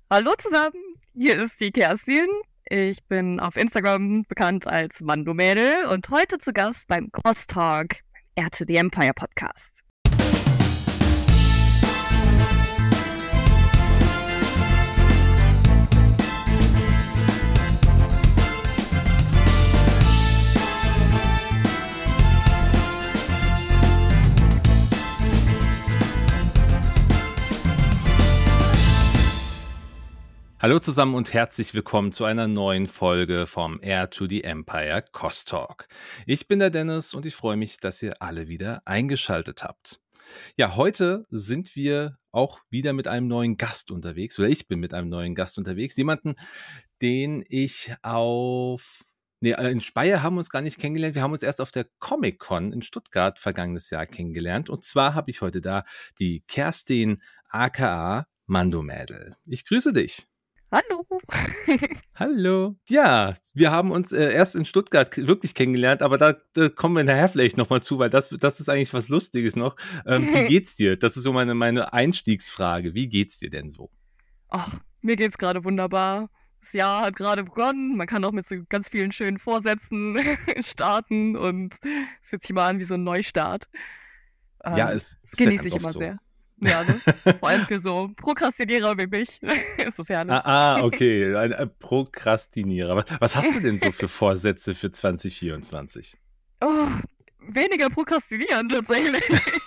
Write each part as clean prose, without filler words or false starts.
Hallo zusammen, hier ist die Kerstin. Ich bin auf Instagram bekannt als Mando-Mädel und heute zu Gast beim Crosstalk, Heir to the Empire Podcast. Hallo zusammen und herzlich willkommen zu einer neuen Folge vom Heir to the Empire Crosstalk. Ich bin der Dennis und ich freue mich, dass ihr alle wieder eingeschaltet habt. Ja, heute sind wir auch wieder mit einem neuen Gast unterwegs, oder ich bin mit einem neuen Gast unterwegs. Jemanden, den ich in Speyer haben wir uns gar nicht kennengelernt. Wir haben uns erst auf der Comic-Con in Stuttgart vergangenes Jahr kennengelernt. Und zwar habe ich heute da die Kerstin aka Mando-Mädel. Ich grüße dich. Hallo. Hallo. Ja, wir haben uns erst in Stuttgart wirklich kennengelernt, aber da kommen wir nachher vielleicht nochmal zu, weil das ist eigentlich was Lustiges noch. Wie geht's dir? Das ist so meine Einstiegsfrage. Wie geht's dir denn so? Ach, mir geht's gerade wunderbar. Das Jahr hat gerade begonnen. Man kann auch mit so ganz vielen schönen Vorsätzen starten und es fühlt sich mal an wie so ein Neustart. Ja, es genieße ich immer so. Sehr. Ja, ne? Vor allem für so Prokrastinierer wie mich ist das herrlich. Okay, ein Prokrastinierer. Was hast du denn so für Vorsätze für 2024? Oh, weniger prokrastinieren tatsächlich.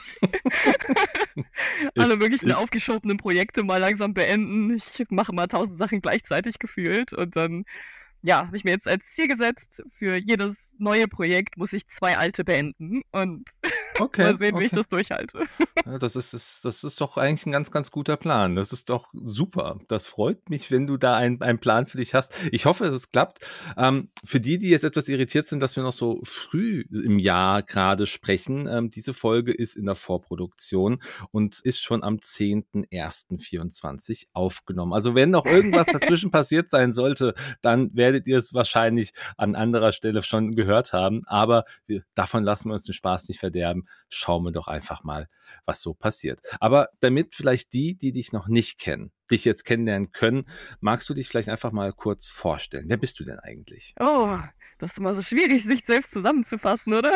Alle möglichen aufgeschobenen Projekte mal langsam beenden. Ich mache mal 1000 Sachen gleichzeitig gefühlt und dann habe ich mir jetzt als Ziel gesetzt, für jedes neue Projekt muss ich 2 alte beenden und mal sehen, wie ich das durchhalte. Ja, das ist doch eigentlich ein ganz, ganz guter Plan. Das ist doch super. Das freut mich, wenn du da einen Plan für dich hast. Ich hoffe, es klappt. Für die jetzt etwas irritiert sind, dass wir noch so früh im Jahr gerade sprechen, diese Folge ist in der Vorproduktion und ist schon am 10.01.24 aufgenommen. Also wenn noch irgendwas dazwischen passiert sein sollte, dann werdet ihr es wahrscheinlich an anderer Stelle schon gehört haben. Aber davon lassen wir uns den Spaß nicht verderben. Schauen wir doch einfach mal, was so passiert. Aber damit vielleicht die dich noch nicht kennen, dich jetzt kennenlernen können, magst du dich vielleicht einfach mal kurz vorstellen? Wer bist du denn eigentlich? Oh, das ist immer so schwierig, sich selbst zusammenzufassen, oder?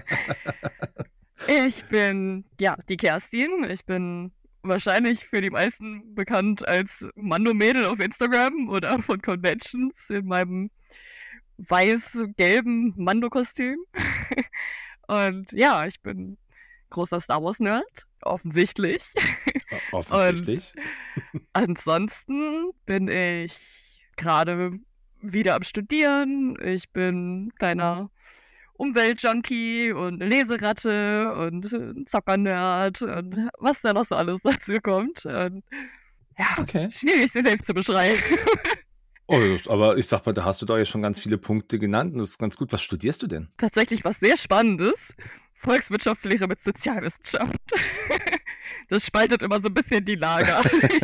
Ich bin, die Kerstin. Ich bin wahrscheinlich für die meisten bekannt als Mando-Mädel auf Instagram oder von Conventions in meinem weiß-gelben Mando-Kostüm. Und ich bin großer Star Wars-Nerd, offensichtlich. Offensichtlich. Und ansonsten bin ich gerade wieder am Studieren. Ich bin kleiner Umweltjunkie und Leseratte und Zocker-Nerd und was da noch so alles dazu kommt. Und schwierig, sich selbst zu beschreiben. Aber ich sag mal, da hast du doch ja schon ganz viele Punkte genannt und das ist ganz gut. Was studierst du denn? Tatsächlich was sehr Spannendes. Volkswirtschaftslehre mit Sozialwissenschaft. Das spaltet immer so ein bisschen die Lager.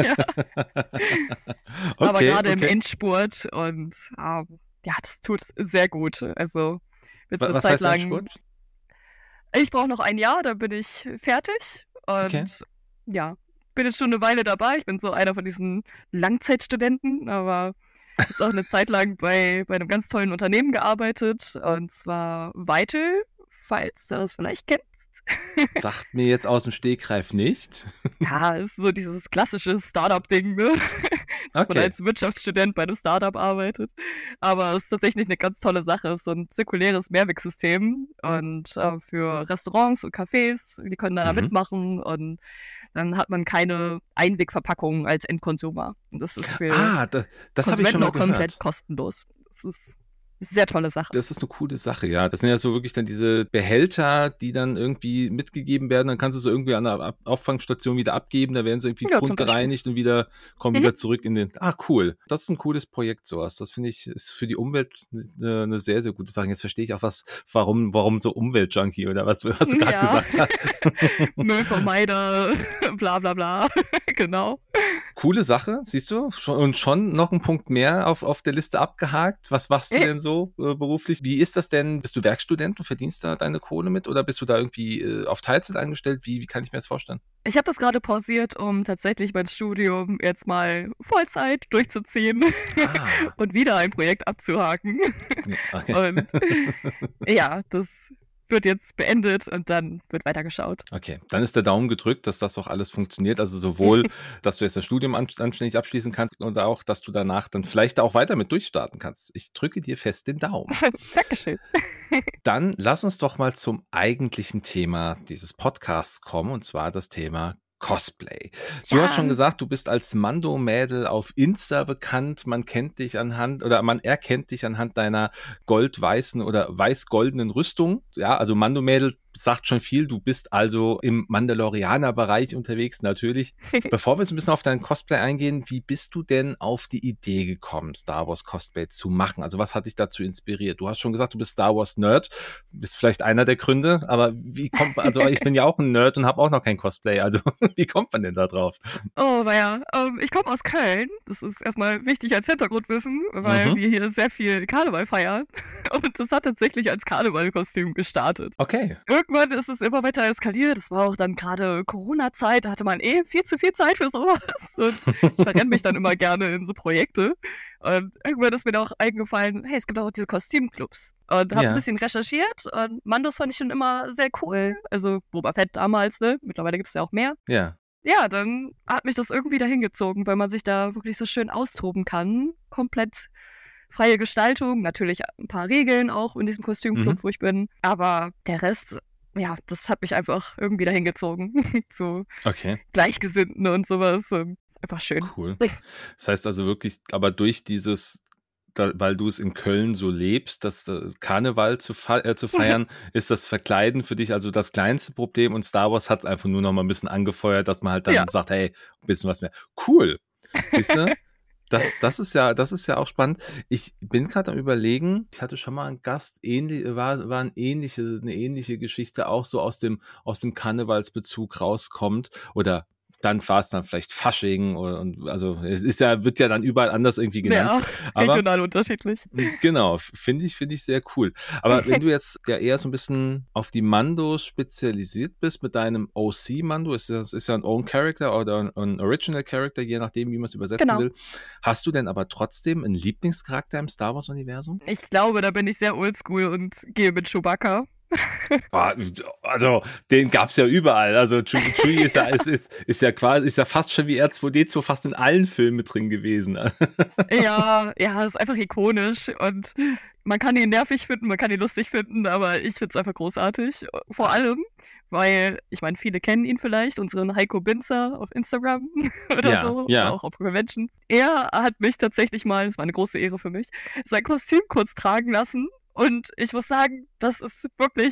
Aber gerade im Endspurt und das tut sehr gut. Also was heißt Endspurt? Ich brauche noch ein Jahr, dann bin ich fertig und bin jetzt schon eine Weile dabei. Ich bin so einer von diesen Langzeitstudenten, aber jetzt auch eine Zeit lang bei einem ganz tollen Unternehmen gearbeitet, und zwar Vital, falls du das vielleicht kennst. Sagt mir jetzt aus dem Stegreif nicht. Ja, ist so dieses klassische Startup-Ding, ne? Dass man als Wirtschaftsstudent bei einem Startup arbeitet. Aber es ist tatsächlich eine ganz tolle Sache. Es ist so ein zirkuläres Mehrwegsystem und für Restaurants und Cafés, die können da mitmachen und dann hat man keine Einwegverpackung als Endkonsumer. Und das ist für das habe ich schon mal gehört. Komplett kostenlos. Das ist eine sehr tolle Sache. Das ist eine coole Sache, ja. Das sind ja so wirklich dann diese Behälter, die dann irgendwie mitgegeben werden. Dann kannst du sie irgendwie an der Auffangstation wieder abgeben. Da werden sie irgendwie grundgereinigt und kommen wieder zurück in den... cool. Das ist ein cooles Projekt, sowas. Das finde ich, ist für die Umwelt eine sehr, sehr gute Sache. Jetzt verstehe ich auch warum so Umweltjunkie oder was du gerade gesagt hast. Müllvermeider, bla bla bla. Genau. coole Sache, siehst du? Schon noch ein Punkt mehr auf der Liste abgehakt. Was machst du denn so beruflich? Wie ist das denn? Bist du Werkstudent und verdienst da deine Kohle mit? Oder bist du da irgendwie auf Teilzeit angestellt? Wie kann ich mir das vorstellen? Ich habe das gerade pausiert, um tatsächlich mein Studium jetzt mal Vollzeit durchzuziehen und wieder ein Projekt abzuhaken. Okay. Und ja, das wird jetzt beendet und dann wird weitergeschaut. Okay, dann ist der Daumen gedrückt, dass das auch alles funktioniert. Also sowohl, dass du jetzt das Studium anständig abschließen kannst und auch, dass du danach dann vielleicht auch weiter mit durchstarten kannst. Ich drücke dir fest den Daumen. Dankeschön. Dann lass uns doch mal zum eigentlichen Thema dieses Podcasts kommen, und zwar das Thema Cosplay. Du hast schon gesagt, du bist als Mando-Mädel auf Insta bekannt. Man erkennt dich anhand deiner gold-weißen oder weiß-goldenen Rüstung. Ja, also Mando-Mädel sagt schon viel. Du bist also im Mandalorianer-Bereich unterwegs, natürlich. Bevor wir so ein bisschen auf dein Cosplay eingehen, wie bist du denn auf die Idee gekommen, Star Wars Cosplay zu machen? Also was hat dich dazu inspiriert? Du hast schon gesagt, du bist Star Wars Nerd. Bist vielleicht einer der Gründe, aber ich bin ja auch ein Nerd und habe auch noch kein Cosplay. Also wie kommt man denn da drauf? Oh, naja, ich komme aus Köln. Das ist erstmal wichtig als Hintergrundwissen, weil wir hier sehr viel Karneval feiern. Und das hat tatsächlich als Karnevalkostüm gestartet. Okay. Irgendwann ist es immer weiter eskaliert. Das war auch dann gerade Corona-Zeit. Da hatte man viel zu viel Zeit für sowas. Und ich verrenne mich dann immer gerne in so Projekte. Und irgendwann ist mir dann auch eingefallen, hey, es gibt auch diese Kostümclubs. Und habe ein bisschen recherchiert. Und Mandos fand ich schon immer sehr cool. Also Boba Fett damals, ne? Mittlerweile gibt es ja auch mehr. Ja. Ja, dann hat mich das irgendwie dahin gezogen, weil man sich da wirklich so schön austoben kann. Komplett freie Gestaltung, natürlich ein paar Regeln auch in diesem Kostümclub, wo ich bin. Aber der Rest, ja, das hat mich einfach irgendwie dahin gezogen. So Gleichgesinnten und sowas. Und einfach schön. Cool. Das heißt also wirklich, aber durch dieses, weil du es in Köln so lebst, das Karneval zu feiern, ist das Verkleiden für dich also das kleinste Problem und Star Wars hat es einfach nur noch mal ein bisschen angefeuert, dass man halt dann sagt, hey, ein bisschen was mehr. Cool. Siehst du? Das ist ja auch spannend. Ich bin gerade am Überlegen, ich hatte schon mal einen Gast, war eine ähnliche Geschichte, auch so aus dem Karnevalsbezug rauskommt oder dann war es dann vielleicht Fasching und also es wird ja dann überall anders irgendwie genannt. Ja, regional unterschiedlich. Genau, finde ich sehr cool. Aber wenn du jetzt ja eher so ein bisschen auf die Mandos spezialisiert bist mit deinem OC-Mando, ist ja ein Own Character oder ein Original Character, je nachdem, wie man es übersetzen will. Hast du denn aber trotzdem einen Lieblingscharakter im Star Wars-Universum? Ich glaube, da bin ich sehr oldschool und gehe mit Chewbacca. Also, den gab's ja überall. Also, Chewie ist ja fast schon wie R2D2 fast in allen Filmen mit drin gewesen. Ja, ist einfach ikonisch und man kann ihn nervig finden, man kann ihn lustig finden, aber ich find's einfach großartig. Vor allem, weil, ich meine, viele kennen ihn vielleicht, unseren Heiko Binzer auf Instagram oder auch auf Convention. Er hat mich tatsächlich mal, das war eine große Ehre für mich, sein Kostüm kurz tragen lassen. Und ich muss sagen, das ist wirklich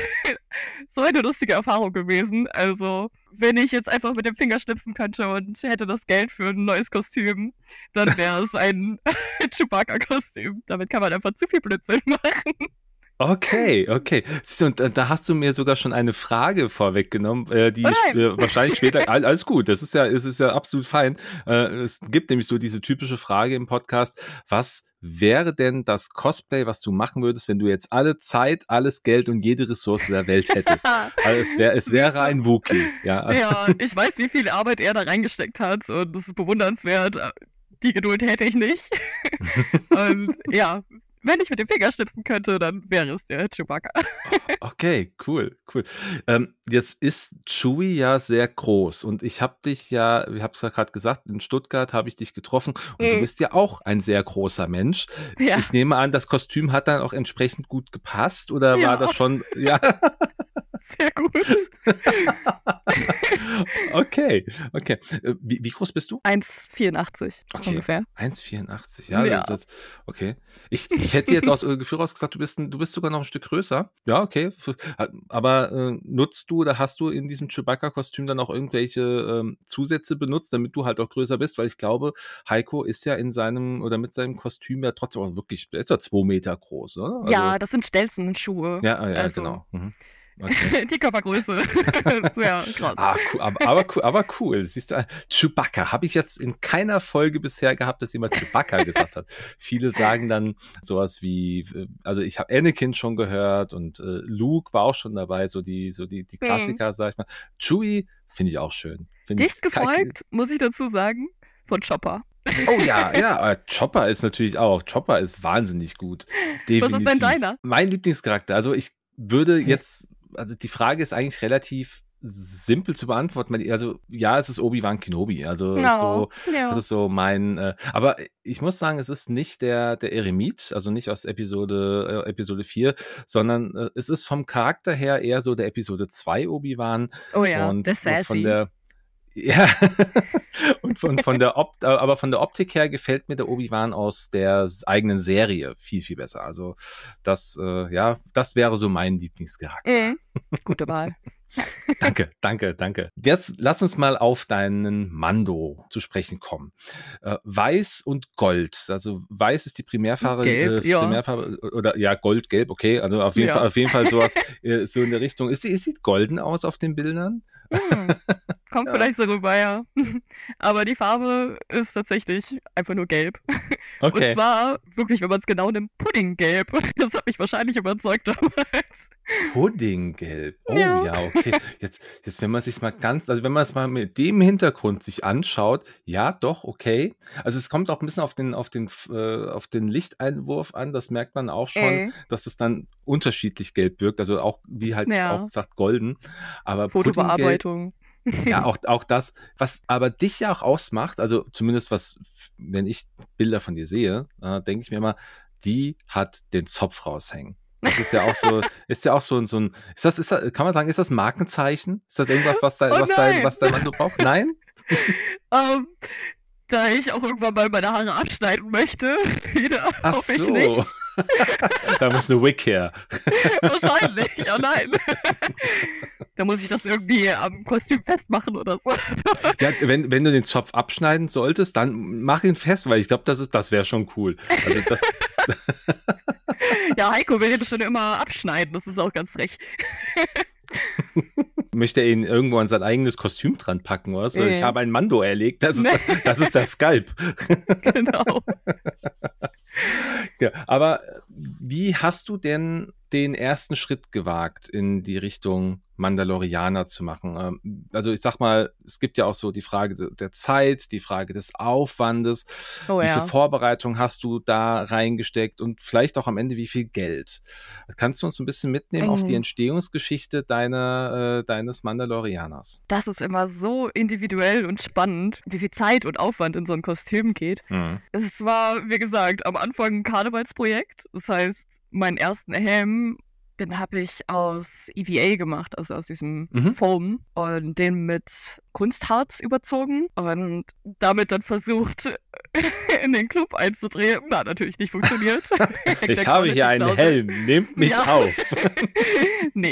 so eine lustige Erfahrung gewesen. Also, wenn ich jetzt einfach mit dem Finger schnipsen könnte und hätte das Geld für ein neues Kostüm, dann wäre es ein Chewbacca-Kostüm. Damit kann man einfach zu viel Blödsinn machen. Okay. Und da hast du mir sogar schon eine Frage vorweggenommen, die wahrscheinlich später, alles gut, es ist ja absolut fein. Es gibt nämlich so diese typische Frage im Podcast, was wäre denn das Cosplay, was du machen würdest, wenn du jetzt alle Zeit, alles Geld und jede Ressource der Welt hättest? Also es wäre ein Wookiee. Ja, ich weiß, wie viel Arbeit er da reingesteckt hat und das ist bewundernswert. Die Geduld hätte ich nicht. Und ja, wenn ich mit dem Finger schnipsen könnte, dann wäre es der Chewbacca. Okay, cool. Jetzt ist Chewie ja sehr groß und ich habe dich ja, ich habe es ja gerade gesagt, in Stuttgart habe ich dich getroffen und du bist ja auch ein sehr großer Mensch. Ja. Ich nehme an, das Kostüm hat dann auch entsprechend gut gepasst oder war das schon, ja... Sehr gut. Okay. Wie groß bist du? 1,84 ungefähr. 1,84, ja. Okay. Ich hätte jetzt aus Gefühl raus gesagt, du bist sogar noch ein Stück größer. Ja, okay. Aber nutzt du oder hast du in diesem Chewbacca-Kostüm dann auch irgendwelche Zusätze benutzt, damit du halt auch größer bist? Weil ich glaube, Heiko ist ja mit seinem Kostüm ja trotzdem auch wirklich, er ist ja 2 Meter groß, oder? Also, ja, das sind Stelzen-Schuhe. Ja, genau. Okay. Die Körpergröße. Das wäre krass. Cool, aber cool. Siehst du, Chewbacca habe ich jetzt in keiner Folge bisher gehabt, dass jemand Chewbacca gesagt hat. Viele sagen dann sowas wie, also ich habe Anakin schon gehört und Luke war auch schon dabei, so die Klassiker, sag ich mal. Chewie finde ich auch schön. Dicht gefolgt, muss ich dazu sagen, von Chopper. Oh ja, Chopper ist natürlich auch. Chopper ist wahnsinnig gut. Definitiv. Was ist denn deiner? Mein Lieblingscharakter. Also ich würde jetzt, also die Frage ist eigentlich relativ simpel zu beantworten. Also ja, es ist Obi-Wan Kenobi. Also das ist so mein, aber ich muss sagen, es ist nicht der Eremit, also nicht aus Episode 4, sondern es ist vom Charakter her eher so der Episode 2 Obi-Wan. Oh ja, und der Sassy. von der ja, und von der Optik her gefällt mir der Obi-Wan aus der eigenen Serie viel, viel besser. Also das wäre so mein Lieblingscharakter. Gute Wahl. Danke. Jetzt lass uns mal auf deinen Mando zu sprechen kommen. Weiß und Gold. Also Weiß ist die Primärfarbe, oder ja, Gold, Gelb, okay. Also auf jeden Fall sowas so in der Richtung. Es sieht golden aus auf den Bildern. Kommt vielleicht so rüber, ja. Aber die Farbe ist tatsächlich einfach nur gelb. Okay. Und zwar wirklich, wenn man es genau nimmt, Puddinggelb. Das hat mich wahrscheinlich überzeugt damals. Puddinggelb. Oh ja, okay. Jetzt, wenn man sich mal wenn man es mal mit dem Hintergrund sich anschaut, ja, doch, okay. Also es kommt auch ein bisschen auf den Lichteinwurf an. Das merkt man auch schon, dass es dann unterschiedlich gelb wirkt. Also auch, wie halt auch gesagt, golden. Aber Fotobearbeitung. Ja, auch das, was aber dich ja auch ausmacht, also zumindest wenn ich Bilder von dir sehe, denke ich mir immer, die hat den Zopf raushängen. Das ist ja auch so, kann man sagen, ist das ein Markenzeichen? Ist das irgendwas, was dein Mann braucht? Nein? Da ich auch irgendwann mal meine Haare abschneiden möchte, wieder. Ach so. Da muss eine Wig her. Wahrscheinlich, oh nein. Da muss ich das irgendwie am Kostüm festmachen oder so. Ja, wenn du den Zopf abschneiden solltest, dann mach ihn fest, weil ich glaube, das wäre schon cool. Also das. Ja, Heiko will den schon immer abschneiden, das ist auch ganz frech. Möchte er ihn irgendwo an sein eigenes Kostüm dran packen, oder so? Ich habe ein Mando erlegt, das ist der Skalp. Genau. Ja, aber wie hast du denn den ersten Schritt gewagt, in die Richtung Mandalorianer zu machen? Also ich sag mal, es gibt ja auch so die Frage der Zeit, die Frage des Aufwandes. Wie viel Vorbereitung hast du da reingesteckt und vielleicht auch am Ende wie viel Geld? Kannst du uns ein bisschen mitnehmen auf die Entstehungsgeschichte deines Mandalorianers? Das ist immer so individuell und spannend, wie viel Zeit und Aufwand in so ein Kostüm geht. Es war, wie gesagt, am Anfang ein Karnevalsprojekt. Das heißt, meinen ersten Helm, den habe ich aus EVA gemacht, also aus diesem Foam, und den mit Kunstharz überzogen und damit dann versucht, in den Club einzutreten. Hat natürlich nicht funktioniert. Ich habe hier einen Helm, nehmt mich auf. Nee.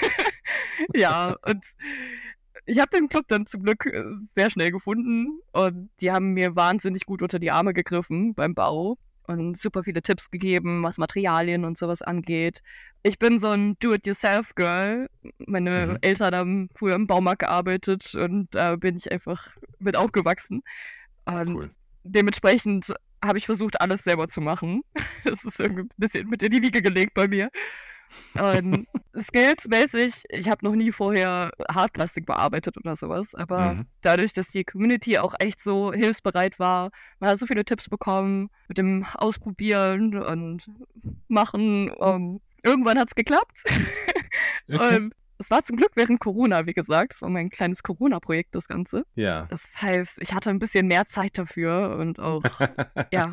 Ja, und ich habe den Club dann zum Glück sehr schnell gefunden und die haben mir wahnsinnig gut unter die Arme gegriffen beim Bau und super viele Tipps gegeben, was Materialien und sowas angeht. Ich bin so ein Do-it-yourself-Girl. Meine Eltern haben früher im Baumarkt gearbeitet und da bin ich einfach mit aufgewachsen. Und dementsprechend habe ich versucht, alles selber zu machen. Das ist irgendwie ein bisschen mit in die Wiege gelegt bei mir. Und skillsmäßig, ich habe noch nie vorher Hartplastik bearbeitet oder sowas, aber dadurch, dass die Community auch echt so hilfsbereit war, man hat so viele Tipps bekommen mit dem Ausprobieren und Machen. Irgendwann hat es geklappt. Okay. Es war zum Glück während Corona, wie gesagt. Es war mein kleines Corona-Projekt, das Ganze. Ja. Das heißt, ich hatte ein bisschen mehr Zeit dafür und auch, ja.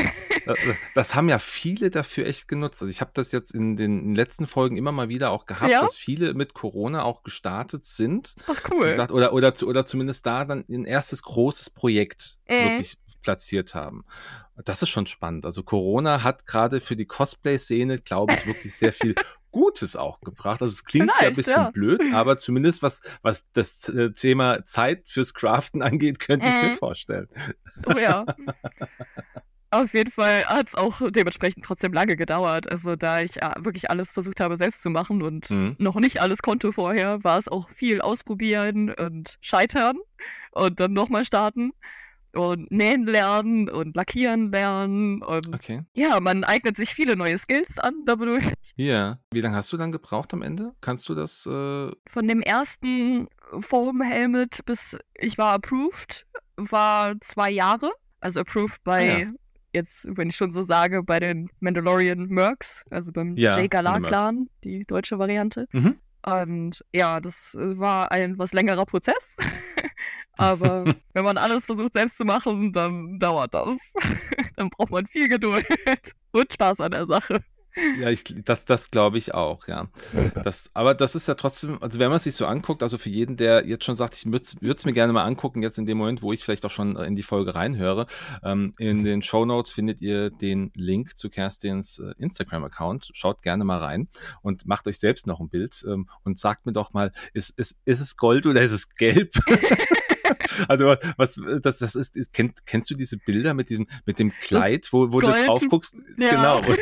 Das haben ja viele dafür echt genutzt. Also ich habe das jetzt in den letzten Folgen immer mal wieder auch gehabt, dass viele mit Corona auch gestartet sind. Ach, cool. Gesagt, oder zumindest da dann ein erstes großes Projekt wirklich platziert haben. Das ist schon spannend. Also Corona hat gerade für die Cosplay-Szene, glaube ich, wirklich sehr viel Gutes auch gebracht. Also es klingt ja ein bisschen blöd, aber zumindest was das Thema Zeit fürs Craften angeht, könnte ich es mir vorstellen. Oh ja. Auf jeden Fall hat es auch dementsprechend trotzdem lange gedauert. Also da ich wirklich alles versucht habe, selbst zu machen und noch nicht alles konnte vorher, war es auch viel ausprobieren und scheitern und dann nochmal starten und nähen lernen und lackieren lernen und ja, man eignet sich viele neue Skills an dadurch. Ja. Wie lange hast du dann gebraucht am Ende? Kannst du das? Von dem ersten Foam Helmet bis ich war approved, war 2 Jahre. Also approved bei, jetzt, wenn ich schon so sage, bei den Mandalorian Mercs, also beim Jay Galar Clan, die deutsche Variante. Und ja, das war ein was längerer Prozess. Aber wenn man alles versucht selbst zu machen, dann dauert das. Dann braucht man viel Geduld und Spaß an der Sache. Ja, das glaube ich auch, ja. Aber das ist ja trotzdem, also wenn man es sich so anguckt, also für jeden, der jetzt schon sagt, ich würde es mir gerne mal angucken, jetzt in dem Moment, wo ich vielleicht auch schon in die Folge reinhöre, in den Shownotes findet ihr den Link zu Kerstins Instagram-Account. Schaut gerne mal rein und macht euch selbst noch ein Bild und sagt mir doch mal, ist es Gold oder ist es gelb? Also das ist, kennst du diese Bilder mit dem Kleid, wo du drauf guckst? Ja. Genau.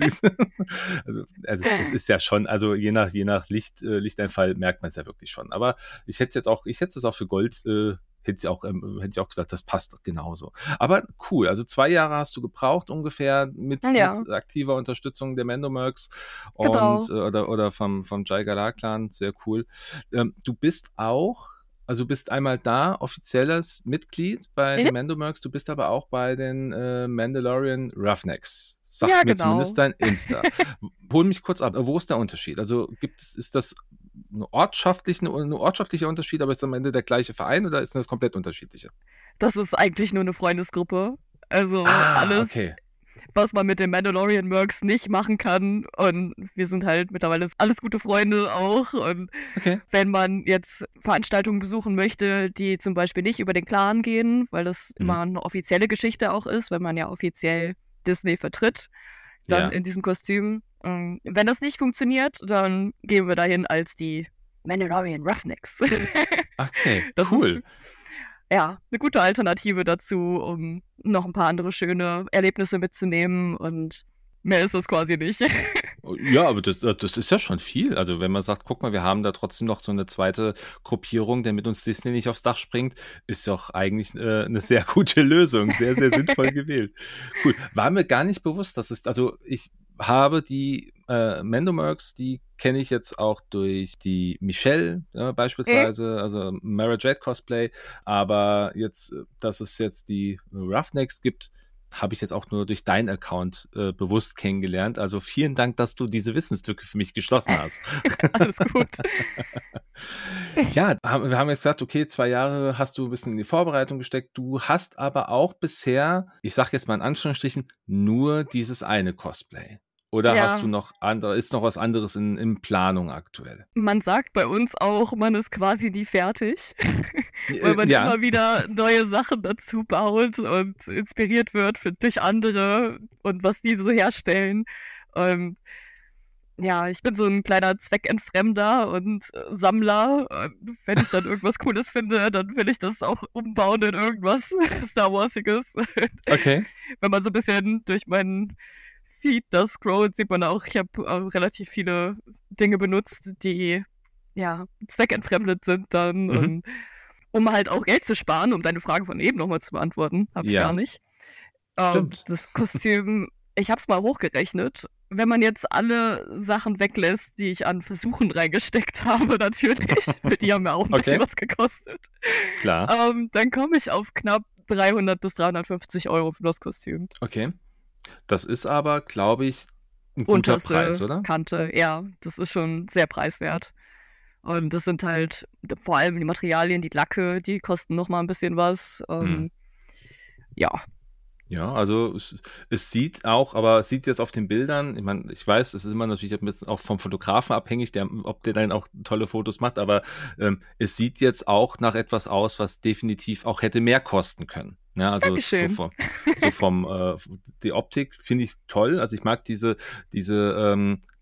Also es ist ja schon, also je nach Lichteinfall merkt man es ja wirklich schon. Aber ich hätte es auch für Gold, hätte ich auch gesagt, das passt genauso. Aber cool, also 2 Jahre hast du gebraucht ungefähr mit aktiver Unterstützung der Mandomercs und oder vom Jay Galar Clan, sehr cool. Du bist auch, also du bist einmal da, offizielles Mitglied bei den Mandomercs, du bist aber auch bei den Mandalorian Roughnecks. Sagt mir zumindest dein Insta. Hol mich kurz ab, wo ist der Unterschied? Also ist das ein ortschaftlicher Unterschied, aber ist am Ende der gleiche Verein oder ist das komplett unterschiedliche? Das ist eigentlich nur eine Freundesgruppe. Also alles, was man mit den Mandalorian Mercs nicht machen kann. Und wir sind halt mittlerweile alles gute Freunde auch. Und wenn man jetzt Veranstaltungen besuchen möchte, die zum Beispiel nicht über den Clan gehen, weil das immer eine offizielle Geschichte auch ist, wenn man ja offiziell Disney vertritt, dann in diesem Kostüm. Wenn das nicht funktioniert, dann gehen wir dahin als die Mandalorian Roughnecks. Okay, cool. Ja, eine gute Alternative dazu, um noch ein paar andere schöne Erlebnisse mitzunehmen und mehr ist das quasi nicht. Ja, aber das ist ja schon viel. Also wenn man sagt, guck mal, wir haben da trotzdem noch so eine zweite Gruppierung, der mit uns Disney nicht aufs Dach springt, ist doch eigentlich eine sehr gute Lösung. Sehr, sehr sinnvoll gewählt. Cool. War mir gar nicht bewusst, also ich habe die Mandomercs, die kenne ich jetzt auch durch die Michelle beispielsweise, also Mara Jade Cosplay, aber jetzt, dass es jetzt die Roughnecks gibt, habe ich jetzt auch nur durch deinen Account bewusst kennengelernt. Also vielen Dank, dass du diese Wissenslücke für mich geschlossen hast. Alles gut. Ja, wir haben jetzt gesagt, okay, 2 Jahre hast du ein bisschen in die Vorbereitung gesteckt. Du hast aber auch bisher, ich sage jetzt mal in Anführungsstrichen, nur dieses eine Cosplay. Oder hast du ist noch was anderes in Planung aktuell? Man sagt bei uns auch, man ist quasi nie fertig, weil man immer wieder neue Sachen dazu baut und inspiriert wird durch andere und was die so herstellen. Ja, ich bin so ein kleiner Zweckentfremder und Sammler. Und wenn ich dann irgendwas Cooles finde, dann will ich das auch umbauen in irgendwas Star Warsiges. Okay. Wenn man so ein bisschen durch meinen Feed da scrollt, sieht man auch, ich habe relativ viele Dinge benutzt, die zweckentfremdet sind dann. Und, um halt auch Geld zu sparen, um deine Frage von eben nochmal zu beantworten, habe ich gar nicht. Das Kostüm, ich habe es mal hochgerechnet. Wenn man jetzt alle Sachen weglässt, die ich an Versuchen reingesteckt habe, natürlich, die haben ja auch ein bisschen was gekostet. Klar. Dann komme ich auf knapp 300 bis 350 Euro für das Kostüm. Okay. Das ist aber, glaube ich, ein guter Preis, oder? Kante, ja. Das ist schon sehr preiswert. Und das sind halt vor allem die Materialien, die Lacke, die kosten noch mal ein bisschen was. Ja. Ja, also es sieht jetzt auf den Bildern, ich meine, ich weiß, es ist immer natürlich ein bisschen auch vom Fotografen abhängig, ob der dann auch tolle Fotos macht, aber es sieht jetzt auch nach etwas aus, was definitiv auch hätte mehr kosten können. Ja, also die Optik finde ich toll. Also ich mag diese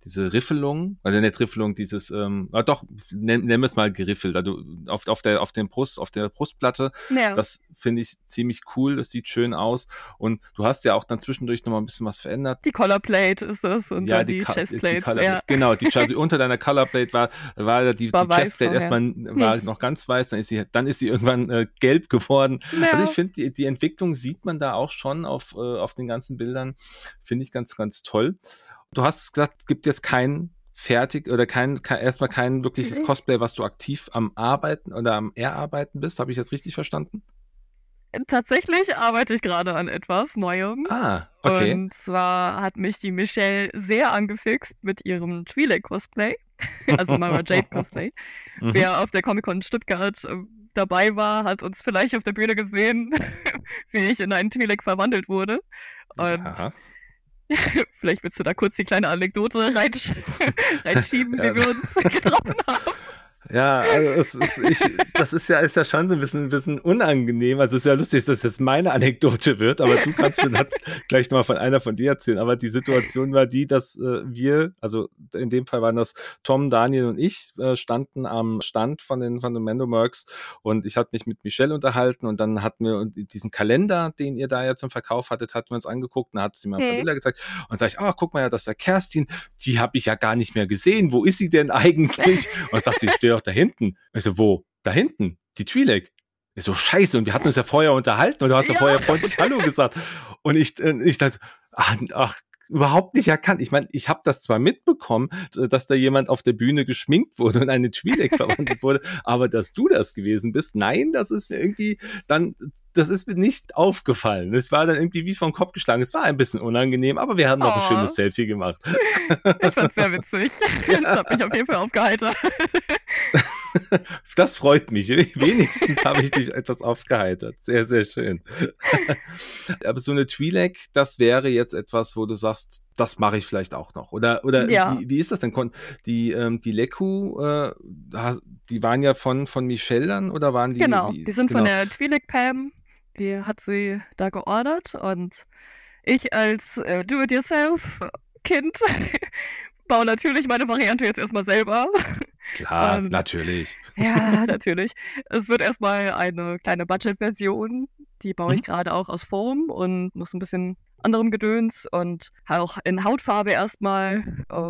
diese Riffelung, oder nicht Riffelung, dieses, nennen wir es mal geriffelt, also auf der Brustplatte, Ja. das finde ich ziemlich cool, das sieht schön aus und du hast ja auch dann zwischendurch nochmal ein bisschen was verändert. Die Colorplate ist das und dann die Chestplate. Ja. Genau, also unter deiner Colorplate war die Chestplate erstmal war noch ganz weiß, dann ist sie irgendwann gelb geworden. Ja. Also ich finde, die Entwicklung sieht man da auch schon auf den ganzen Bildern, finde ich ganz, ganz toll. Du hast gesagt, gibt jetzt kein erstmal kein wirkliches Cosplay, was du aktiv am Arbeiten oder am Erarbeiten bist. Habe ich das richtig verstanden? Tatsächlich arbeite ich gerade an etwas Neuem. Ah, okay. Und zwar hat mich die Michelle sehr angefixt mit ihrem Twi'lek-Cosplay, also Mara Jade-Cosplay. Wer auf der Comic-Con Stuttgart dabei war, hat uns vielleicht auf der Bühne gesehen, wie ich in einen Twi'lek verwandelt wurde. Und vielleicht willst du da kurz die kleine Anekdote reinschieben, wie wir uns getroffen haben. Ja, also das ist ja schon so ein bisschen unangenehm. Also es ist ja lustig, dass das meine Anekdote wird, aber du kannst mir gleich nochmal von einer von dir erzählen. Aber die Situation war die, dass wir, also in dem Fall waren das Tom, Daniel und ich, standen am Stand von den Mandomercs und ich hatte mich mit Michelle unterhalten und dann hatten wir diesen Kalender, den ihr da ja zum Verkauf hattet, hatten wir uns angeguckt und dann hat sie mir ein paar Bilder gezeigt und dann sag ich, guck mal, ja, das ist der Kerstin, die habe ich ja gar nicht mehr gesehen. Wo ist sie denn eigentlich? Und dann sagt sie, ich stehe auch da hinten. Ich so, wo? Da hinten? Die Twi'lek. Ich so, scheiße, und wir hatten uns ja vorher unterhalten und du hast ja vorher freundlich Hallo gesagt. Und ich dachte, überhaupt nicht erkannt. Ich meine, ich habe das zwar mitbekommen, dass da jemand auf der Bühne geschminkt wurde und eine Twi'lek verwandelt wurde, aber dass du das gewesen bist, nein, das ist mir nicht aufgefallen. Es war dann irgendwie wie vom Kopf geschlagen. Es war ein bisschen unangenehm, aber wir haben noch ein schönes Selfie gemacht. Ich fand's sehr witzig. Das hat mich auf jeden Fall aufgeheitert. Das freut mich. Wenigstens habe ich dich etwas aufgeheitert. Sehr, sehr schön. Aber so eine Twi'lek, das wäre jetzt etwas, wo du sagst, das mache ich vielleicht auch noch. Oder ja. Wie ist das denn? Die Leku, die waren ja von Michelle dann oder waren die? Genau, die sind von der Twi'lek Pam. Die hat sie da geordert und ich als Do-it-yourself-Kind baue natürlich meine Variante jetzt erstmal selber. Klar, natürlich. Ja, natürlich. Es wird erstmal eine kleine Budget-Version. Die baue ich gerade auch aus Foam und noch so ein bisschen anderem Gedöns und auch in Hautfarbe erstmal,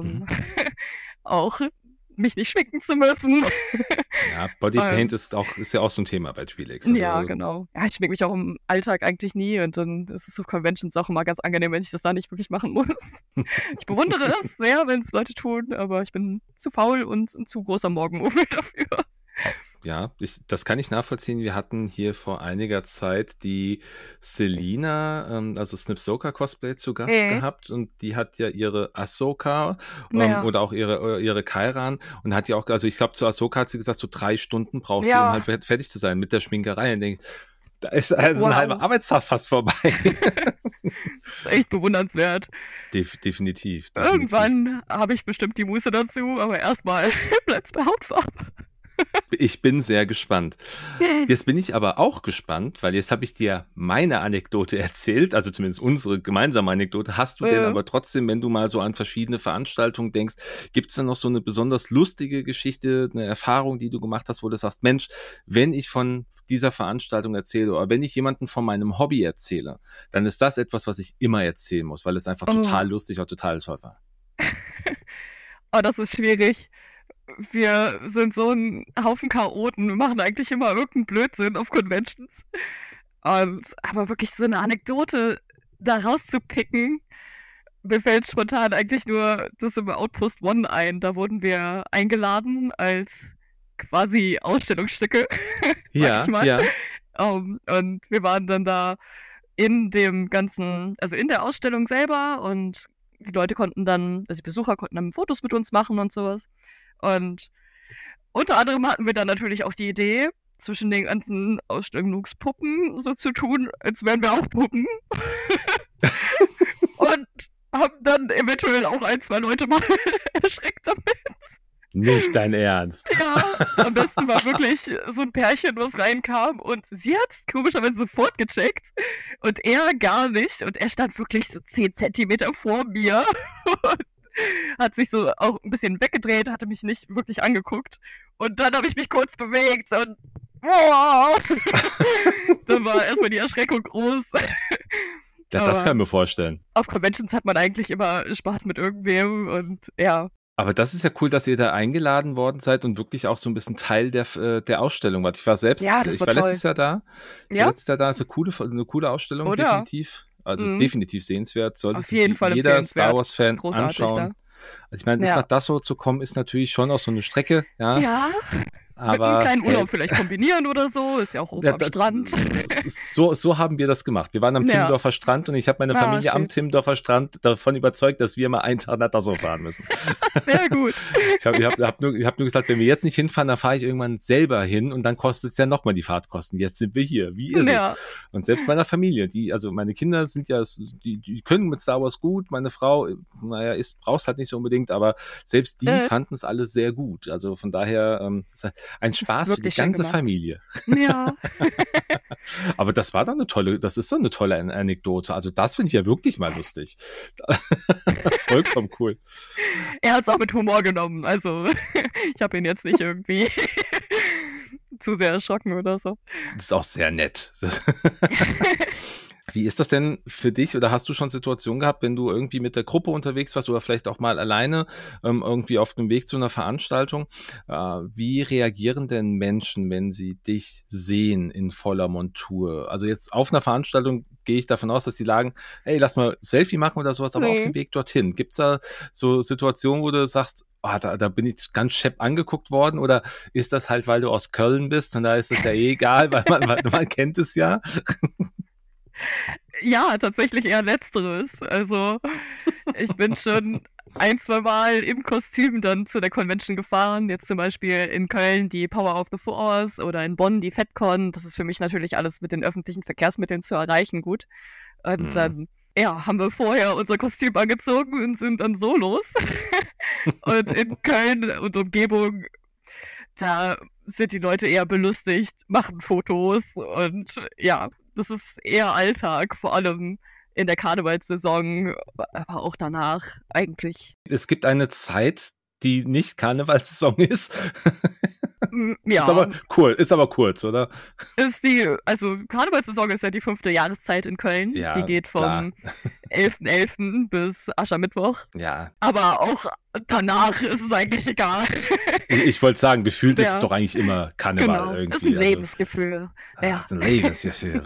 auch mich nicht schminken zu müssen. Ja, Bodypaint ist ja auch so ein Thema bei Twi'leks. Also, ja, genau. Ja, ich schminke mich auch im Alltag eigentlich nie und dann ist es auf Conventions auch immer ganz angenehm, wenn ich das da nicht wirklich machen muss. Ich bewundere es sehr, wenn es Leute tun, aber ich bin zu faul und ein zu großer Morgenmuffel dafür. Ja, das kann ich nachvollziehen. Wir hatten hier vor einiger Zeit die Selina, also Snipsoka Cosplay zu Gast gehabt und die hat ja ihre Ahsoka oder auch ihre Kairan und hat ja auch, also ich glaube zu Ahsoka hat sie gesagt, so 3 Stunden brauchst du, um halt fertig zu sein mit der Schminkerei. Und denke, da ist also ein halber Arbeitstag fast vorbei. Echt bewundernswert. Definitiv. Irgendwann habe ich bestimmt die Muße dazu, aber erstmal bleibt's bei Hautfarbe. Ich bin sehr gespannt. Jetzt bin ich aber auch gespannt, weil jetzt habe ich dir meine Anekdote erzählt, also zumindest unsere gemeinsame Anekdote. Hast du denn aber trotzdem, wenn du mal so an verschiedene Veranstaltungen denkst, gibt es denn noch so eine besonders lustige Geschichte, eine Erfahrung, die du gemacht hast, wo du sagst, Mensch, wenn ich von dieser Veranstaltung erzähle oder wenn ich jemandem von meinem Hobby erzähle, dann ist das etwas, was ich immer erzählen muss, weil es einfach total lustig und total toll war. Oh, das ist schwierig. Wir sind so ein Haufen Chaoten. Wir machen eigentlich immer irgendeinen Blödsinn auf Conventions. Aber wirklich so eine Anekdote da rauszupicken, mir fällt spontan eigentlich nur das im Outpost One ein. Da wurden wir eingeladen als quasi Ausstellungsstücke. Ja, ja. Und wir waren dann da in dem ganzen, also in der Ausstellung selber und die Leute konnten dann, also die Besucher konnten dann Fotos mit uns machen und sowas. Und unter anderem hatten wir dann natürlich auch die Idee, zwischen den ganzen Ausstellungspuppen so zu tun, als wären wir auch Puppen. Und haben dann eventuell auch 1, 2 Leute mal erschreckt damit. Nicht dein Ernst. Ja, am besten war wirklich so ein Pärchen, was reinkam und sie hat es komischerweise sofort gecheckt und er gar nicht. Und er stand wirklich so 10 Zentimeter vor mir. Und hat sich so auch ein bisschen weggedreht, hatte mich nicht wirklich angeguckt. Und dann habe ich mich kurz bewegt und wow! Dann war erstmal die Erschreckung groß. Ja, das kann ich mir vorstellen. Auf Conventions hat man eigentlich immer Spaß mit irgendwem und ja. Aber das ist ja cool, dass ihr da eingeladen worden seid und wirklich auch so ein bisschen Teil der Ausstellung wart. Ich war selbst, ich war letztes Jahr da. Letztes Jahr da, ist eine coole Ausstellung, oder? Definitiv. Also definitiv sehenswert. Sollte sich jeder Star Wars-Fan anschauen. Da. Also ich meine, nach Dachau zu kommen, ist natürlich schon auch so eine Strecke. Ja. Aber, mit einem kleinen Urlaub vielleicht kombinieren oder so, ist ja auch hoch am Strand. So haben wir das gemacht. Wir waren am Timmendorfer Strand und ich habe meine Familie am Timmendorfer Strand davon überzeugt, dass wir mal einen Tag nach Dachau fahren müssen. Sehr gut. Ich hab nur gesagt, wenn wir jetzt nicht hinfahren, dann fahre ich irgendwann selber hin und dann kostet es ja nochmal die Fahrtkosten. Jetzt sind wir hier. Wie ist es? Und selbst meiner Familie, also meine Kinder sind ja, die können mit Star Wars gut. Meine Frau, brauchst halt nicht so unbedingt, aber selbst die fanden es alles sehr gut. Also von daher, ein Spaß für die ganze Familie. Ja. Aber das ist doch eine tolle Anekdote. Also das finde ich ja wirklich mal lustig. Vollkommen cool. Er hat es auch mit Humor genommen. Also ich habe ihn jetzt nicht irgendwie zu sehr erschrocken oder so. Das ist auch sehr nett. Wie ist das denn für dich oder hast du schon Situationen gehabt, wenn du irgendwie mit der Gruppe unterwegs warst oder vielleicht auch mal alleine irgendwie auf dem Weg zu einer Veranstaltung? Wie reagieren denn Menschen, wenn sie dich sehen in voller Montur? Also jetzt auf einer Veranstaltung gehe ich davon aus, dass sie sagen, hey, lass mal Selfie machen oder sowas, aber auf dem Weg dorthin. Gibt es da so Situationen, wo du sagst, da bin ich ganz schepp angeguckt worden oder ist das halt, weil du aus Köln bist und da ist es ja egal, weil man kennt es ja? Ja, tatsächlich eher Letzteres. Also ich bin schon 1-2 Mal im Kostüm dann zu der Convention gefahren. Jetzt zum Beispiel in Köln die Power of the Force oder in Bonn die FedCon. Das ist für mich natürlich alles mit den öffentlichen Verkehrsmitteln zu erreichen gut. Und dann haben wir vorher unser Kostüm angezogen und sind dann so los. Und in Köln und Umgebung, da sind die Leute eher belustigt, machen Fotos und ja, das ist eher Alltag, vor allem in der Karnevalssaison, aber auch danach eigentlich. Es gibt eine Zeit, die nicht Karnevalssaison ist. Ja. Ist aber kurz, oder? Also Karnevalssaison ist ja die 5. Jahreszeit in Köln. Ja, die geht vom 11.11. bis Aschermittwoch. Ja. Aber auch danach ist es eigentlich egal. Ich wollte sagen, gefühlt ist es doch eigentlich immer Karneval irgendwie. Das ist ein Lebensgefühl. Das ist ein Lebensgefühl.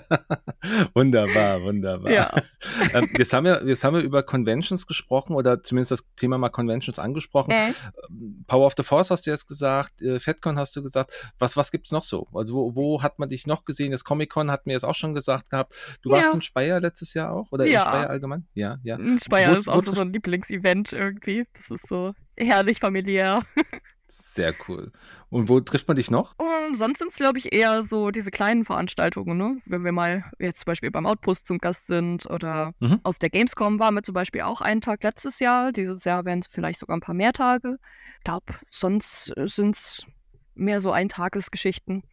Wunderbar. Ja. Jetzt haben wir über Conventions gesprochen oder zumindest das Thema mal Conventions angesprochen. Power of the Force hast du jetzt gesagt, FedCon hast du gesagt. Was gibt's noch so? Also wo hat man dich noch gesehen? Das Comic-Con hatten wir jetzt auch schon gesagt gehabt. Du warst in Speyer letztes Jahr auch? Oder in Speyer allgemein? Ja. Speyer ist auch so ein Lieblingsevent irgendwie. Das ist so herrlich familiär. Sehr cool. Und wo trifft man dich noch? Sonst sind es, glaube ich, eher so diese kleinen Veranstaltungen, ne? Wenn wir mal jetzt zum Beispiel beim Outpost zum Gast sind oder auf der Gamescom waren wir zum Beispiel auch einen Tag letztes Jahr. Dieses Jahr wären es vielleicht sogar ein paar mehr Tage. Ich glaube, sonst sind es mehr so Eintagesgeschichten.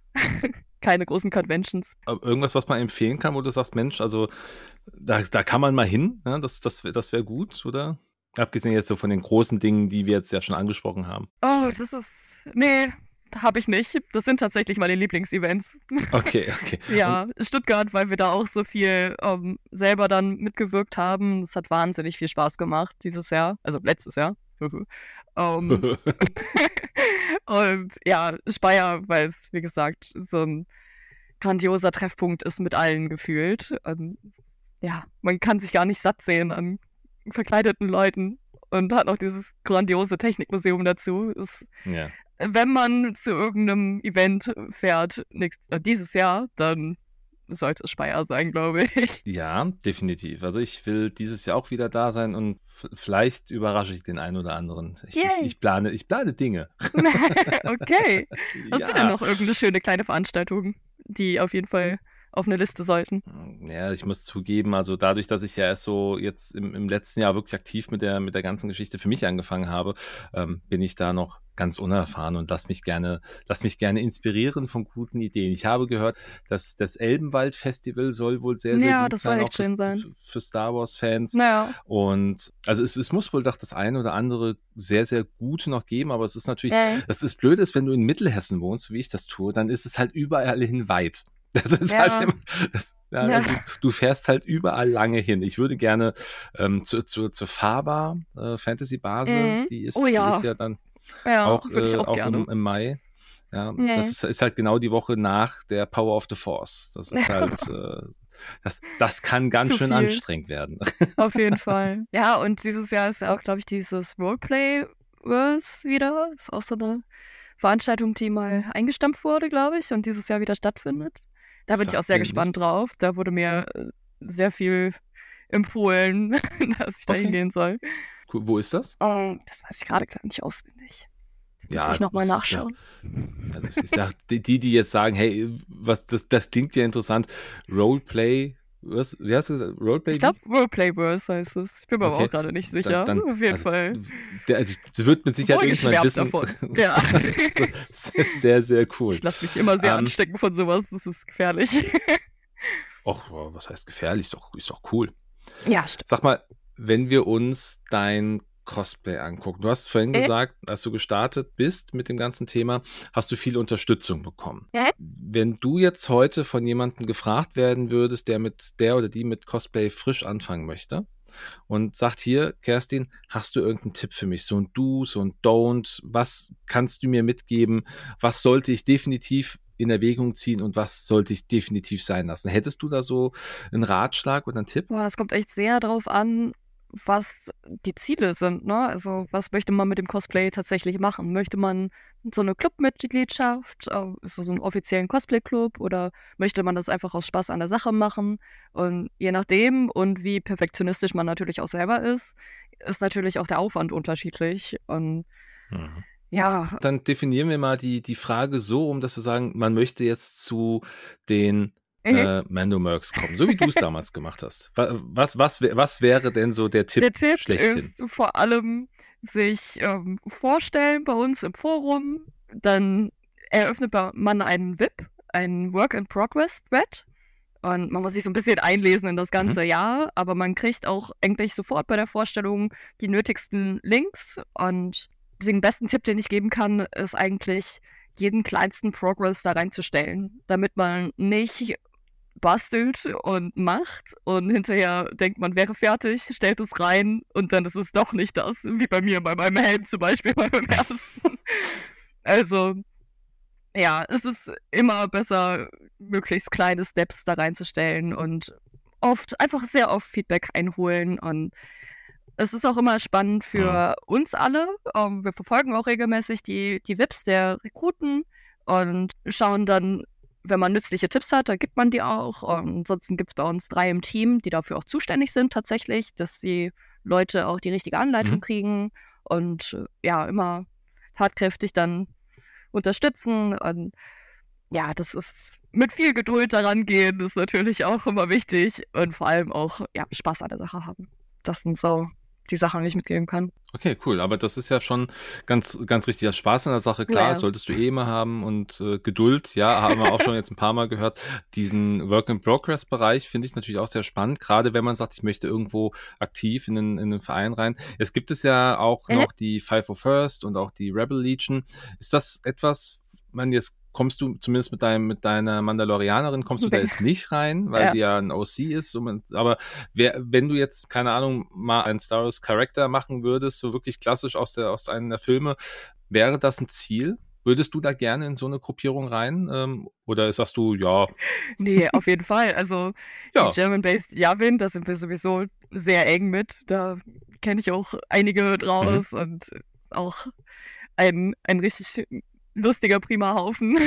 Keine großen Conventions. Aber irgendwas, was man empfehlen kann, wo du sagst, Mensch, also da kann man mal hin, ne? Das wäre gut, oder? Abgesehen jetzt so von den großen Dingen, die wir jetzt ja schon angesprochen haben. Oh, nee, habe ich nicht. Das sind tatsächlich meine Lieblingsevents. Okay. Ja, Stuttgart, weil wir da auch so viel selber dann mitgewirkt haben. Das hat wahnsinnig viel Spaß gemacht dieses Jahr, also letztes Jahr. Und ja, Speyer, weil es, wie gesagt, so ein grandioser Treffpunkt ist mit allen gefühlt. Ja, man kann sich gar nicht satt sehen an verkleideten Leuten und hat noch dieses grandiose Technikmuseum dazu. Wenn man zu irgendeinem Event fährt dieses Jahr, dann sollte es Speyer sein, glaube ich. Ja, definitiv. Also ich will dieses Jahr auch wieder da sein und vielleicht überrasche ich den einen oder anderen. Ich plane Dinge. Okay. Hast du denn noch irgendeine schöne kleine Veranstaltung, die auf jeden Fall auf eine Liste sollten. Ja, ich muss zugeben, also dadurch, dass ich ja erst so jetzt im letzten Jahr wirklich aktiv mit der ganzen Geschichte für mich angefangen habe, bin ich da noch ganz unerfahren und lass mich gerne inspirieren von guten Ideen. Ich habe gehört, dass das Elbenwald-Festival soll wohl sehr, sehr gut das sein, soll auch echt schön sein. für Star Wars-Fans. Naja. Und also es muss wohl doch das eine oder andere sehr, sehr Gute noch geben, aber es ist natürlich, das ist blöd ist, wenn du in Mittelhessen wohnst, wie ich das tue, dann ist es halt überall hin weit. Das ist halt immer, also du fährst halt überall lange hin. Ich würde gerne zur Fahrbar Fantasy Basel, die ist ja dann auch im Mai. Ja, das ist halt genau die Woche nach der Power of the Force. Das ist halt, das kann ganz schön anstrengend werden. Auf jeden Fall. Ja, und dieses Jahr ist ja auch, glaube ich, dieses Roleplay-Verse wieder. Das ist auch so eine Veranstaltung, die mal eingestampft wurde, glaube ich, und dieses Jahr wieder stattfindet. Da bin ich auch sehr gespannt drauf. Da wurde mir sehr viel empfohlen, dass ich da hingehen soll. Cool. Wo ist das? Das weiß ich gerade gar nicht auswendig. Das muss ich nochmal nachschauen. Also ich dachte, die jetzt sagen, hey, das klingt ja interessant. Roleplay, wie hast du gesagt? Roleplay? Ich glaube, Roleplayverse heißt es. Ich bin mir aber auch gerade nicht sicher. Dann, auf jeden Fall. Sie wird mit Sicherheit irgendwann wissen. Davon. Ja. Das ist sehr, sehr cool. Ich lasse mich immer sehr anstecken von sowas. Das ist gefährlich. Och, was heißt gefährlich? Ist doch cool. Ja, stimmt. Sag mal, wenn wir uns dein Cosplay angucken. Du hast vorhin gesagt, als du gestartet bist mit dem ganzen Thema, hast du viel Unterstützung bekommen. Wenn du jetzt heute von jemandem gefragt werden würdest, der oder die mit Cosplay frisch anfangen möchte und sagt, hier, Kerstin, hast du irgendeinen Tipp für mich? So ein Do, so ein Don't, was kannst du mir mitgeben? Was sollte ich definitiv in Erwägung ziehen und was sollte ich definitiv sein lassen? Hättest du da so einen Ratschlag oder einen Tipp? Boah, das kommt echt sehr drauf an, was die Ziele sind, ne? Also was möchte man mit dem Cosplay tatsächlich machen? Möchte man so eine Clubmitgliedschaft, so einen offiziellen Cosplay-Club, oder möchte man das einfach aus Spaß an der Sache machen? Und je nachdem und wie perfektionistisch man natürlich auch selber ist natürlich auch der Aufwand unterschiedlich. Und ja. Dann definieren wir mal die Frage so, dass wir sagen, man möchte jetzt zu den Mando-Mercs kommen, so wie du es damals gemacht hast. Was wäre denn so der Tipp schlechthin? Ist vor allem sich vorstellen bei uns im Forum, dann eröffnet man einen VIP, einen Work-in-Progress-Thread, und man muss sich so ein bisschen einlesen in das ganze Jahr, aber man kriegt auch eigentlich sofort bei der Vorstellung die nötigsten Links, und den besten Tipp, den ich geben kann, ist eigentlich, jeden kleinsten Progress da reinzustellen, damit man nicht bastelt und macht und hinterher denkt, man wäre fertig, stellt es rein und dann ist es doch nicht das, wie bei mir, bei meinem Helm zum Beispiel, bei meinem ersten. Also, ja, es ist immer besser, möglichst kleine Steps da reinzustellen und einfach sehr oft Feedback einholen, und es ist auch immer spannend für uns alle. Wir verfolgen auch regelmäßig die VIPs der Rekruten und schauen dann, wenn man nützliche Tipps hat, dann gibt man die auch. Ansonsten gibt es bei uns 3 im Team, die dafür auch zuständig sind tatsächlich, dass die Leute auch die richtige Anleitung kriegen und immer tatkräftig dann unterstützen. Und ja, das ist mit viel Geduld daran gehen, ist natürlich auch immer wichtig, und vor allem auch Spaß an der Sache haben. Das sind so die Sachen, die ich mitgeben kann. Okay, cool. Aber das ist ja schon ganz, ganz richtig. Das Spaß an der Sache, klar, solltest du immer haben, und Geduld, haben wir auch schon jetzt ein paar Mal gehört. Diesen Work-in-Progress-Bereich finde ich natürlich auch sehr spannend, gerade wenn man sagt, ich möchte irgendwo aktiv in den Verein rein. Es gibt es ja auch noch die 501st und auch die Rebel Legion. Ist das etwas, jetzt kommst du zumindest mit deiner Mandalorianerin, kommst du da jetzt nicht rein, weil die ja ein OC ist. Aber wenn du jetzt, keine Ahnung, mal einen Star Wars Charakter machen würdest, so wirklich klassisch aus einem der Filme, wäre das ein Ziel? Würdest du da gerne in so eine Gruppierung rein? Oder sagst du, ja? Nee, auf jeden Fall. Also die German-Based Yavin, da sind wir sowieso sehr eng mit. Da kenne ich auch einige draus und auch ein richtig lustiger, prima Haufen.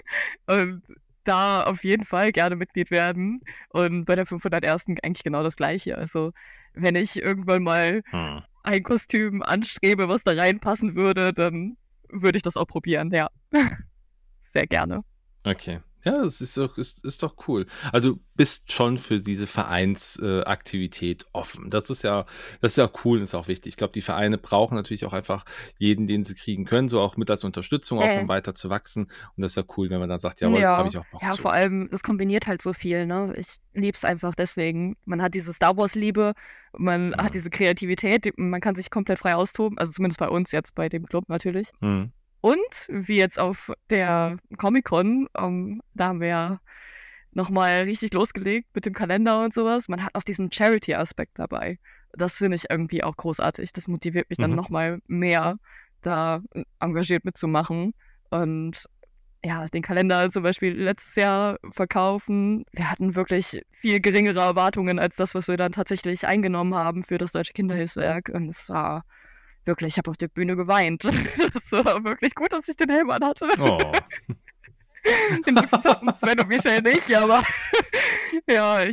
Und da auf jeden Fall gerne Mitglied werden. Und bei der 501. eigentlich genau das Gleiche. Also wenn ich irgendwann mal ein Kostüm anstrebe, was da reinpassen würde, dann würde ich das auch probieren, ja. Sehr gerne. Okay. Ja, das ist doch cool. Also du bist schon für diese Vereinsaktivität offen. Das ist ja cool und ist auch wichtig. Ich glaube, die Vereine brauchen natürlich auch einfach jeden, den sie kriegen können, so auch mit als Unterstützung, auch um weiter zu wachsen. Und das ist ja cool, wenn man dann sagt, jawohl, habe ich auch Bock zu. Ja, vor allem, das kombiniert halt so viel, ne? Ich lieb's einfach deswegen. Man hat diese Star Wars-Liebe, man hat diese Kreativität, man kann sich komplett frei austoben, also zumindest bei uns jetzt, bei dem Club natürlich. Und wie jetzt auf der Comic-Con, da haben wir ja nochmal richtig losgelegt mit dem Kalender und sowas. Man hat auch diesen Charity-Aspekt dabei. Das finde ich irgendwie auch großartig. Das motiviert mich dann nochmal mehr, da engagiert mitzumachen. Und ja, den Kalender zum Beispiel letztes Jahr verkaufen. Wir hatten wirklich viel geringere Erwartungen als das, was wir dann tatsächlich eingenommen haben für das Deutsche Kinderhilfswerk. Und es war wirklich, ich habe auf der Bühne geweint. Das war wirklich gut, dass ich den Helm anhatte. Oh. Den nächsten hatten Sven und Michael nicht, aber ja,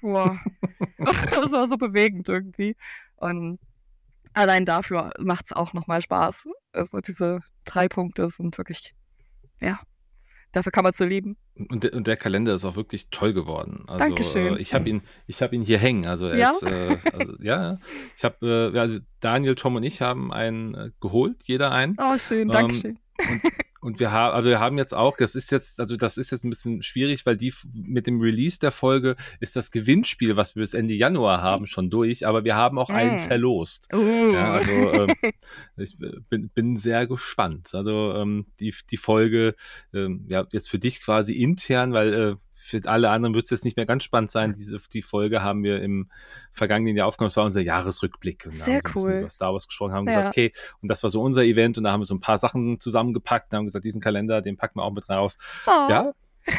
das war so bewegend irgendwie. Und allein dafür macht es auch nochmal Spaß. Also diese 3 Punkte sind wirklich, ja, dafür kann man es so lieben. Und der Kalender ist auch wirklich toll geworden. Also, Dankeschön. Ich habe ihn hier hängen. Also er ist, ich habe, also Daniel, Tom und ich haben einen geholt, jeder einen. Oh, schön, Dankeschön. Und wir haben jetzt auch, das ist jetzt ein bisschen schwierig, weil mit dem Release der Folge ist das Gewinnspiel, was wir bis Ende Januar haben, schon durch, aber wir haben auch einen verlost. Ja, also ich bin sehr gespannt. Also die Folge, jetzt für dich quasi intern, weil für alle anderen wird es jetzt nicht mehr ganz spannend sein. Die Folge haben wir im vergangenen Jahr aufgenommen. Das war unser Jahresrückblick. Und sehr haben so ein bisschen über Star Wars gesprochen, haben gesagt, okay, und das war so unser Event. Und da haben wir so ein paar Sachen zusammengepackt und haben gesagt, diesen Kalender, den packen wir auch mit drauf. Oh. Ja.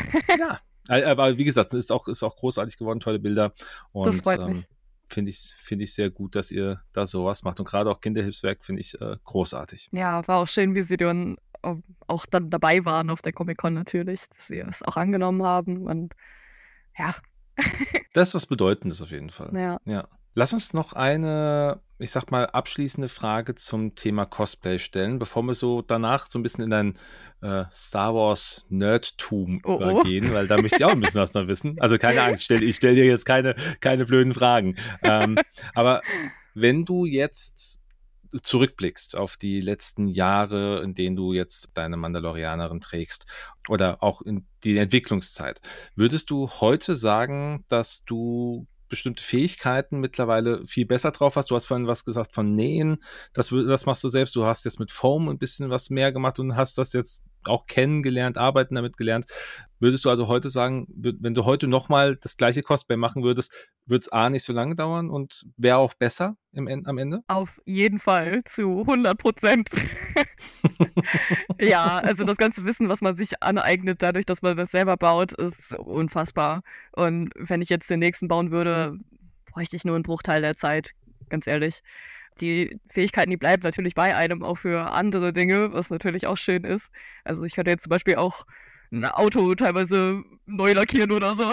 Aber wie gesagt, es ist auch großartig geworden, tolle Bilder. Und das freut mich. Finde ich sehr gut, dass ihr da sowas macht. Und gerade auch Kinderhilfswerk finde ich großartig. Ja, war auch schön, wie sie dann auch dann dabei waren auf der Comic-Con natürlich, dass sie es auch angenommen haben und ja. Das ist was Bedeutendes auf jeden Fall. Ja. Lass uns noch eine, ich sag mal, abschließende Frage zum Thema Cosplay stellen, bevor wir so danach so ein bisschen in dein Star Wars Nerdtum übergehen, weil da möchte ich auch ein bisschen was noch wissen. Also keine Angst, ich stell dir jetzt keine blöden Fragen. Aber wenn du jetzt zurückblickst auf die letzten Jahre, in denen du jetzt deine Mandalorianerin trägst oder auch in die Entwicklungszeit, würdest du heute sagen, dass du bestimmte Fähigkeiten mittlerweile viel besser drauf hast? Du hast vorhin was gesagt von Nähen, das machst du selbst, du hast jetzt mit Foam ein bisschen was mehr gemacht und hast das jetzt auch kennengelernt, arbeiten damit gelernt. Würdest du also heute sagen, wenn du heute nochmal das gleiche Cosplay machen würdest, würde es A, nicht so lange dauern und wäre auch besser am Ende? Auf jeden Fall, zu 100%. Ja, also das ganze Wissen, was man sich aneignet, dadurch, dass man das selber baut, ist unfassbar. Und wenn ich jetzt den nächsten bauen würde, bräuchte ich nur einen Bruchteil der Zeit, ganz ehrlich. Die Fähigkeiten, die bleiben natürlich bei einem, auch für andere Dinge, was natürlich auch schön ist. Also ich könnte jetzt zum Beispiel auch ein Auto teilweise neu lackieren oder so.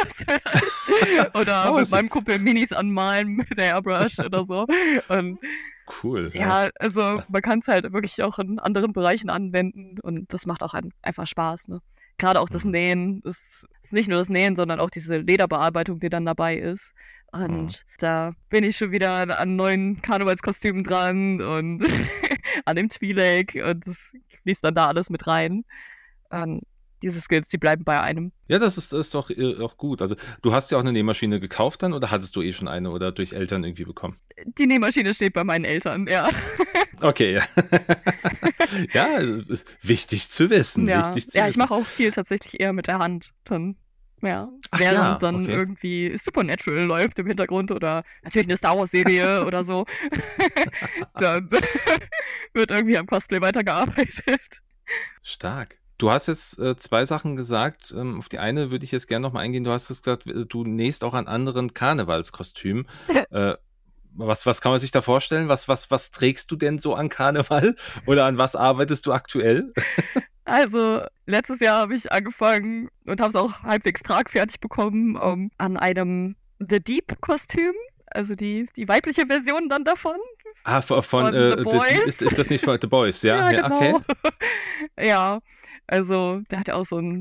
Oder mit meinem Kumpel Minis anmalen mit der Airbrush oder so. Und cool. Ja, also man kann es halt wirklich auch in anderen Bereichen anwenden und das macht auch einfach Spaß, ne? Gerade auch das Nähen, ist nicht nur das Nähen, sondern auch diese Lederbearbeitung, die dann dabei ist. Und da bin ich schon wieder an neuen Karnevalskostümen dran und an dem Twi'lek und das fließt dann da alles mit rein. Diese Skills, die bleiben bei einem. Ja, das ist doch auch gut. Also du hast ja auch eine Nähmaschine gekauft dann oder hattest du eh schon eine oder durch Eltern irgendwie bekommen? Die Nähmaschine steht bei meinen Eltern, ja. Okay, ja. Ja, also ist wichtig zu wissen. Ja, ich mache auch viel tatsächlich eher mit der Hand. Dann, während irgendwie Supernatural läuft im Hintergrund oder natürlich eine Star Wars Serie oder so. Dann wird irgendwie am Cosplay weitergearbeitet. Stark. Du hast jetzt 2 Sachen gesagt. Auf die eine würde ich jetzt gerne nochmal eingehen. Du hast gesagt, du nähst auch an anderen Karnevalskostümen. Was kann man sich da vorstellen? Was trägst du denn so an Karneval? Oder an was arbeitest du aktuell? Also, letztes Jahr habe ich angefangen und habe es auch halbwegs tragfertig bekommen an einem The Deep-Kostüm. Also die weibliche Version dann davon. Von The Boys. Ist das nicht von The Boys? Ja, ja, genau. Okay. Ja, also der hat ja auch so ein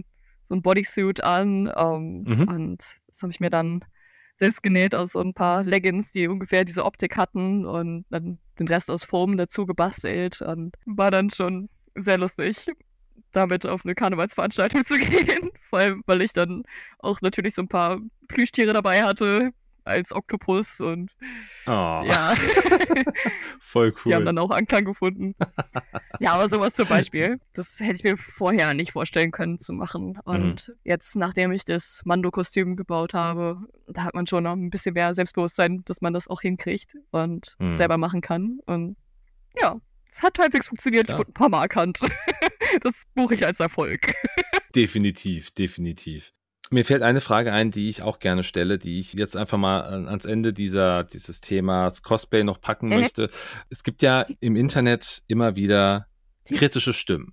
ein Bodysuit an und das habe ich mir dann selbst genäht aus so ein paar Leggings, die ungefähr diese Optik hatten und dann den Rest aus Foam dazu gebastelt und war dann schon sehr lustig, damit auf eine Karnevalsveranstaltung zu gehen. Vor allem, weil ich dann auch natürlich so ein paar Plüschtiere dabei hatte, als Oktopus und ja. Voll cool. Die haben dann auch Anklang gefunden. Ja, aber sowas zum Beispiel, das hätte ich mir vorher nicht vorstellen können zu machen. Und jetzt, nachdem ich das Mando-Kostüm gebaut habe, da hat man schon noch ein bisschen mehr Selbstbewusstsein, dass man das auch hinkriegt und selber machen kann. Und ja, es hat halbwegs funktioniert. Ich wurde ein paar Mal erkannt. Das buche ich als Erfolg. Definitiv. Mir fällt eine Frage ein, die ich auch gerne stelle, die ich jetzt einfach mal ans Ende dieses Themas Cosplay noch packen möchte. Es gibt ja im Internet immer wieder kritische Stimmen,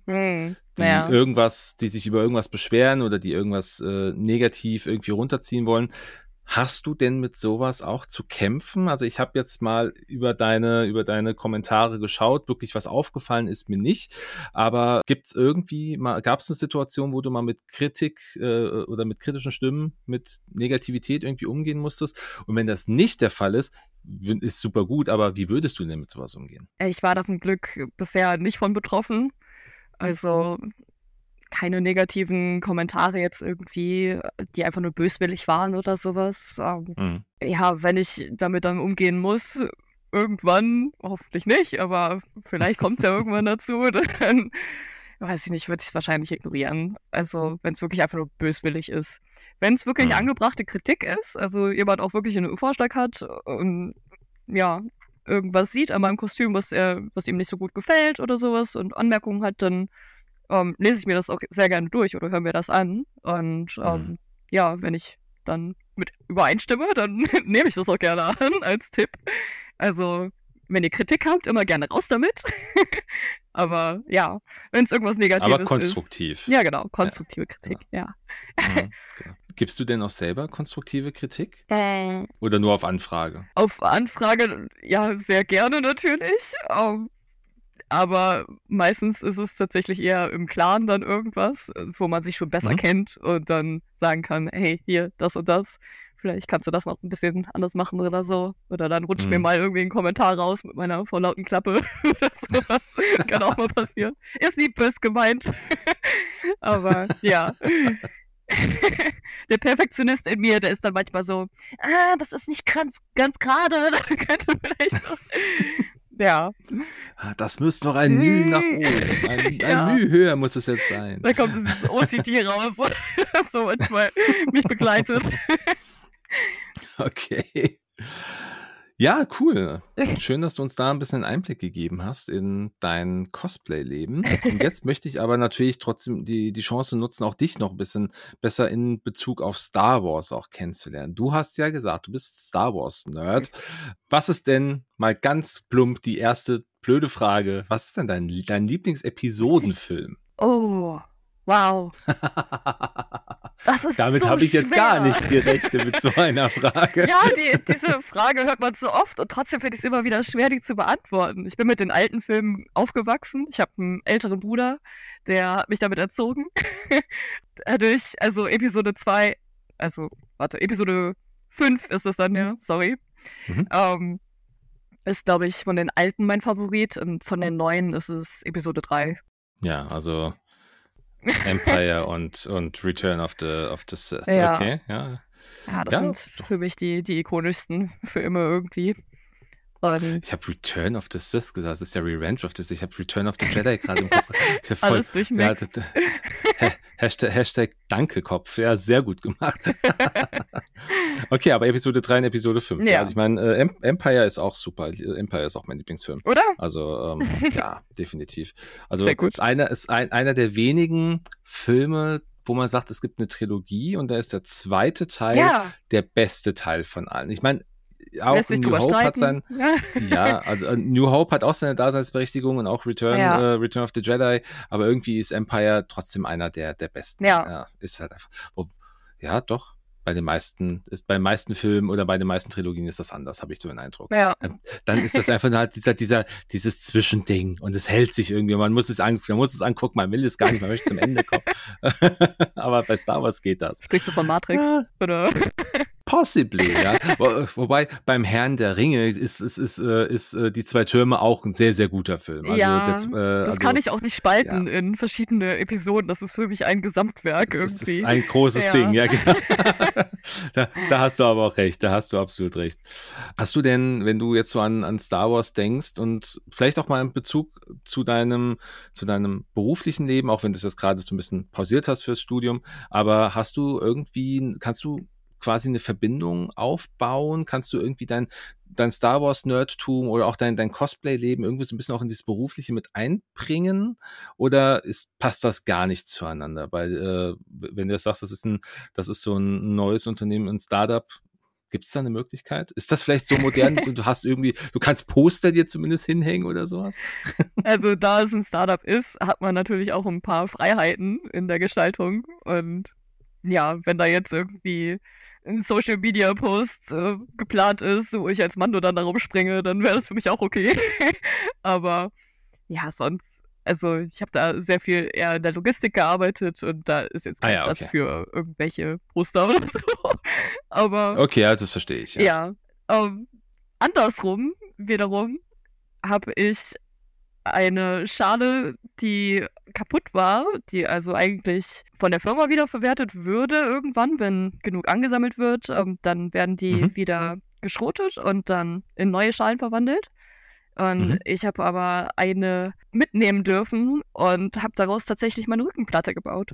die sich über irgendwas beschweren oder die irgendwas negativ irgendwie runterziehen wollen. Hast du denn mit sowas auch zu kämpfen? Also ich habe jetzt mal über deine Kommentare geschaut, wirklich was aufgefallen ist mir nicht, aber gab es eine Situation, wo du mal mit Kritik oder mit kritischen Stimmen, mit Negativität irgendwie umgehen musstest? Und wenn das nicht der Fall ist super gut, aber wie würdest du denn mit sowas umgehen? Ich war da zum Glück bisher nicht von betroffen, also keine negativen Kommentare jetzt irgendwie, die einfach nur böswillig waren oder sowas. Ja, wenn ich damit dann umgehen muss, irgendwann, hoffentlich nicht, aber vielleicht kommt es ja irgendwann dazu, dann, weiß ich nicht, würde ich es wahrscheinlich ignorieren. Also, wenn es wirklich einfach nur böswillig ist. Wenn es wirklich angebrachte Kritik ist, also jemand auch wirklich einen Vorschlag hat und ja, irgendwas sieht an meinem Kostüm, was ihm nicht so gut gefällt oder sowas und Anmerkungen hat, dann lese ich mir das auch sehr gerne durch oder höre mir das an. Und ja, wenn ich dann mit übereinstimme, dann nehme ich das auch gerne an als Tipp. Also, wenn ihr Kritik habt, immer gerne raus damit. Aber ja, wenn es irgendwas Negatives ist. Aber konstruktiv. Ja, genau, konstruktive Kritik, ja. Genau. Gibst du denn auch selber konstruktive Kritik? Oder nur auf Anfrage? Auf Anfrage, ja, sehr gerne natürlich. Aber meistens ist es tatsächlich eher im Klaren dann irgendwas, wo man sich schon besser kennt und dann sagen kann, hey, hier, das und das. Vielleicht kannst du das noch ein bisschen anders machen oder so. Oder dann rutscht mir mal irgendwie ein Kommentar raus mit meiner vorlauten Klappe oder sowas. Kann auch mal passieren. Ist nie böse gemeint. Aber ja. Der Perfektionist in mir, der ist dann manchmal so, das ist nicht ganz gerade. Da könnte vielleicht noch... Ja. Das müsste noch ein Mühe nach oben. Ein Mühe höher muss es jetzt sein. Da kommt dieses OCD raus, das so manchmal mich begleitet. Okay. Ja, cool. Schön, dass du uns da ein bisschen Einblick gegeben hast in dein Cosplay-Leben. Und jetzt möchte ich aber natürlich trotzdem die Chance nutzen, auch dich noch ein bisschen besser in Bezug auf Star Wars auch kennenzulernen. Du hast ja gesagt, du bist Star Wars-Nerd. Was ist denn, mal ganz plump, die erste blöde Frage, was ist denn dein Lieblingsepisodenfilm? Oh, wow. Damit habe ich jetzt gar nicht gerechnet mit so einer Frage. Ja, diese Frage hört man so oft und trotzdem finde ich es immer wieder schwer, die zu beantworten. Ich bin mit den alten Filmen aufgewachsen. Ich habe einen älteren Bruder, der hat mich damit erzogen. Dadurch, also Episode 2, Episode 5 ist es dann, ja, sorry. Ist, glaube ich, von den alten mein Favorit und von den neuen ist es Episode 3. Ja, also Empire und Return of the Sith. Ja. Okay, ja. Ja, das sind für mich die ikonischsten Filme irgendwie. Ich habe Return of the Sith gesagt, das ist ja Revenge of the Sith. Ich habe Return of the Jedi gerade im Kopf. Alles durchmixt. Hashtag Danke-Kopf. Ja, sehr gut gemacht. Okay, aber Episode 3 und Episode 5. Ja. Also ich meine, Empire ist auch super. Empire ist auch mein Lieblingsfilm. Oder? Also, ja, definitiv. Also, sehr gut. ist einer der wenigen Filme, wo man sagt, es gibt eine Trilogie und da ist der zweite Teil der beste Teil von allen. Ich meine, auch New Hope hat New Hope hat auch seine Daseinsberechtigung und auch Return of the Jedi, aber irgendwie ist Empire trotzdem einer der besten. Ja. Ist halt einfach. Ja, doch. bei den meisten Filmen oder bei den meisten Trilogien ist das anders, habe ich so den Eindruck. Ja. Dann ist das einfach nur halt dieses Zwischending und es hält sich irgendwie, man muss es angucken, man will es gar nicht, man möchte zum Ende kommen. Aber bei Star Wars geht das. Sprichst du von Matrix? Ja. Oder? Possibly, ja. Wobei beim Herrn der Ringe ist die zwei Türme auch ein sehr, sehr guter Film. Also das kann ich auch nicht spalten in verschiedene Episoden. Das ist für mich ein Gesamtwerk irgendwie. Das ist ein großes Ding, ja, genau. Da hast du aber auch recht, da hast du absolut recht. Hast du denn, wenn du jetzt so an Star Wars denkst und vielleicht auch mal in Bezug zu deinem beruflichen Leben, auch wenn du das jetzt gerade so ein bisschen pausiert hast fürs Studium, aber kannst du quasi eine Verbindung aufbauen? Kannst du irgendwie dein Star Wars Nerdtum oder auch dein Cosplay-Leben irgendwie so ein bisschen auch in dieses Berufliche mit einbringen? Oder passt das gar nicht zueinander? Weil, wenn du sagst, das ist so ein neues Unternehmen, ein Startup, gibt es da eine Möglichkeit? Ist das vielleicht so modern? Du kannst Poster dir zumindest hinhängen oder sowas? Also, da es ein Startup ist, hat man natürlich auch ein paar Freiheiten in der Gestaltung. Und ja, wenn da jetzt irgendwie ein Social Media Post geplant ist, wo ich als Mando dann da rumspringe, dann wäre das für mich auch okay. Aber ja, sonst, also ich habe da sehr viel eher in der Logistik gearbeitet und da ist jetzt kein Platz für irgendwelche Poster oder so. Aber okay, also das verstehe ich. Ja, andersrum wiederum habe ich eine Schale, die kaputt war, die also eigentlich von der Firma wiederverwertet würde irgendwann, wenn genug angesammelt wird. Dann werden die wieder geschrotet und dann in neue Schalen verwandelt. Und ich habe aber eine mitnehmen dürfen und habe daraus tatsächlich meine Rückenplatte gebaut.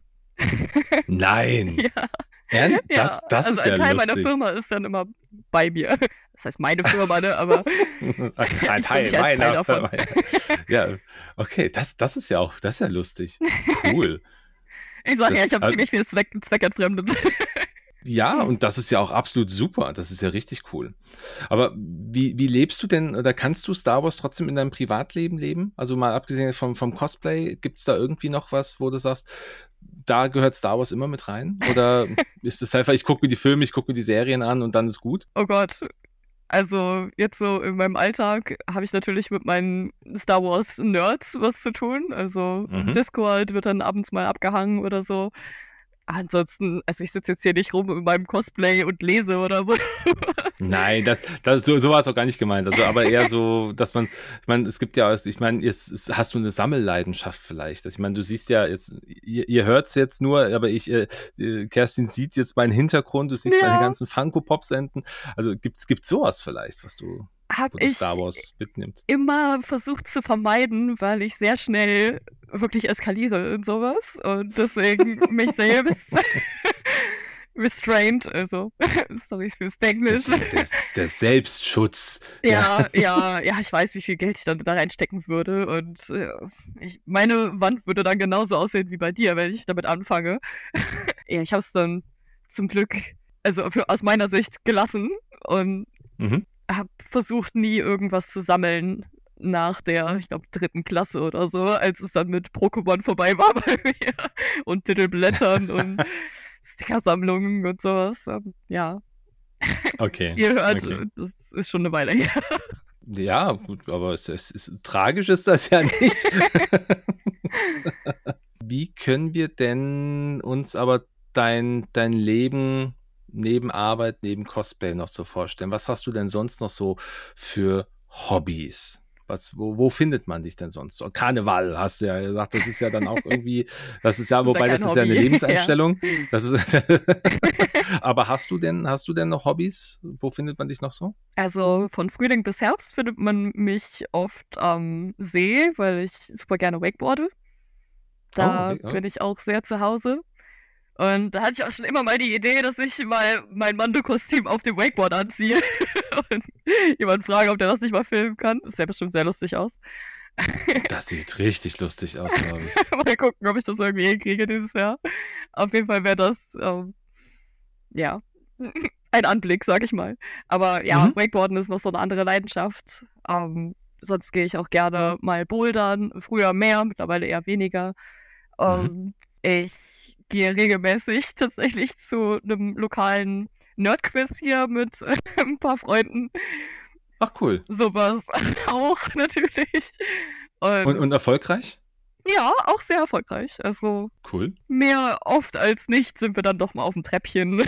Nein! Ja. Das also ist ja lustig. Ein Teil meiner Firma ist dann immer bei mir. Das heißt meine Firma, ne? Aber ein Teil meiner Firma. Ja, okay, das ist ja lustig. Cool. Ich sage ja, ich habe ziemlich viel zweckentfremdet. Ja, und das ist ja auch absolut super. Das ist ja richtig cool. Aber wie lebst du denn, oder kannst du Star Wars trotzdem in deinem Privatleben leben? Also mal abgesehen vom Cosplay, gibt es da irgendwie noch was, wo du sagst, da gehört Star Wars immer mit rein? Oder ist es einfach, ich gucke mir die Filme, ich gucke mir die Serien an und dann ist gut? Oh Gott. Also jetzt so in meinem Alltag habe ich natürlich mit meinen Star Wars Nerds was zu tun. Also Discord wird dann abends mal abgehangen oder so. Ansonsten, also ich sitze jetzt hier nicht rum in meinem Cosplay und lese oder so. Nein, so war es auch gar nicht gemeint. Also, aber eher so, dass es gibt ja, hast du eine Sammelleidenschaft vielleicht. Ich meine, du siehst ja jetzt, ihr hört es jetzt nur, aber Kerstin sieht jetzt meinen Hintergrund, du siehst meine ganzen Funko-Pop-Senden. Also gibt's sowas vielleicht, wo du Star Wars mitnimmst? Immer versucht zu vermeiden, weil ich sehr schnell wirklich eskaliere in sowas und deswegen mich selbst restrained, also sorry fürs Englisch. Der Selbstschutz. Ja, ich weiß, wie viel Geld ich dann da reinstecken würde und meine Wand würde dann genauso aussehen wie bei dir, wenn ich damit anfange. Ja, ich habe es dann zum Glück, also aus meiner Sicht gelassen und habe versucht, nie irgendwas zu sammeln nach der, ich glaube, 3. Klasse oder so, als es dann mit Pokémon vorbei war bei mir und Titelblättern und Stickersammlungen und sowas. Ja. Okay. Ihr hört, das ist schon eine Weile her. Ja, gut, aber tragisch ist das ja nicht. Wie können wir denn uns aber dein Leben neben Arbeit, neben Cosplay noch so vorstellen? Was hast du denn sonst noch so für Hobbys? Wo findet man dich denn sonst? Karneval, hast du ja gesagt, das ist ja dann auch irgendwie, das ist ja eine Lebenseinstellung. Ja. Das ist aber hast du denn noch Hobbys? Wo findet man dich noch so? Also von Frühling bis Herbst findet man mich oft am See, weil ich super gerne wakeboarde. Da bin ich auch sehr zu Hause. Und da hatte ich auch schon immer mal die Idee, dass ich mal mein Mando-Kostüm auf dem Wakeboard anziehe und jemanden frage, ob der das nicht mal filmen kann. Das sieht ja bestimmt sehr lustig aus. Das sieht richtig lustig aus, glaube ich. Mal gucken, ob ich das irgendwie hinkriege dieses Jahr. Auf jeden Fall wäre das, ein Anblick, sag ich mal. Aber ja, Wakeboarden ist noch so eine andere Leidenschaft. Sonst gehe ich auch gerne mal bouldern. Früher mehr, mittlerweile eher weniger. Ich gehe regelmäßig tatsächlich zu einem lokalen Nerdquiz hier mit ein paar Freunden. Ach, cool. Sowas auch natürlich. Und erfolgreich? Ja, auch sehr erfolgreich. Also cool. Mehr oft als nicht sind wir dann doch mal auf dem Treppchen.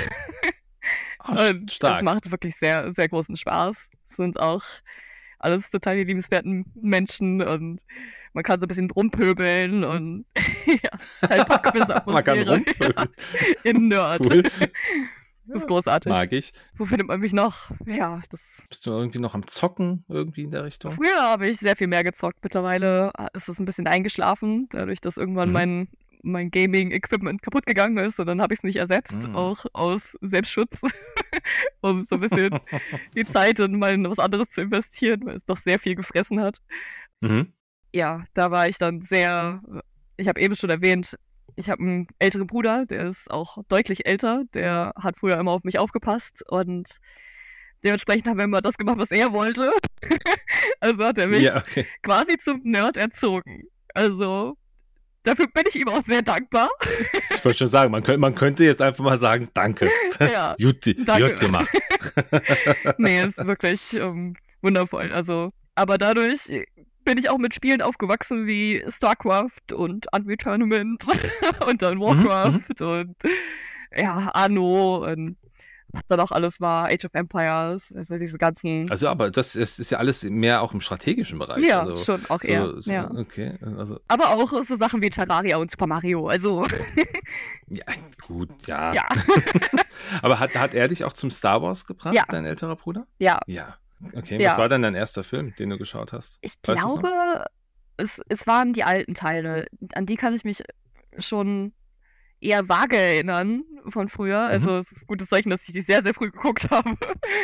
Und stark. das macht wirklich sehr, sehr großen Spaß. Sind auch alles total die liebenswerten Menschen und man kann so ein bisschen rumpöbeln und ja, halt Quiz-Atmosphäre. Man kann rumpöbeln. In Nerd. Cool. Das ist großartig. Mag ich. Wo findet man mich noch? Ja, das. Bist du irgendwie noch am Zocken, irgendwie in der Richtung? Früher habe ich sehr viel mehr gezockt. Mittlerweile ist es ein bisschen eingeschlafen, dadurch, dass irgendwann mein Gaming-Equipment kaputt gegangen ist und dann habe ich es nicht ersetzt, auch aus Selbstschutz, um so ein bisschen die Zeit und mal in was anderes zu investieren, weil es doch sehr viel gefressen hat. Ja, da war ich dann ich habe eben schon erwähnt, ich habe einen älteren Bruder, der ist auch deutlich älter, der hat früher immer auf mich aufgepasst und dementsprechend haben wir immer das gemacht, was er wollte. Also hat er mich quasi zum Nerd erzogen. Also dafür bin ich ihm auch sehr dankbar. Ich wollte schon sagen, man könnte jetzt einfach mal sagen, danke. Ja, danke. Gut gemacht. Nee, es ist wirklich wundervoll. Also, aber dadurch bin ich auch mit Spielen aufgewachsen wie StarCraft und Unreal Tournament und dann Warcraft und ja, Anno und was da noch alles war, Age of Empires, also diese ganzen... Also, aber das ist ja alles mehr auch im strategischen Bereich. Ja, also, schon, auch eher. Ja. Okay, also. Aber auch so Sachen wie Terraria und Super Mario, also... Ja, gut, ja. Aber hat er dich auch zum Star Wars gebracht, dein älterer Bruder? Ja. Ja. Okay, was war denn dein erster Film, den du geschaut hast? Ich glaube, es waren die alten Teile. An die kann ich mich schon eher vage erinnern von früher. Also es ist ein gutes Zeichen, dass ich die sehr, sehr früh geguckt habe.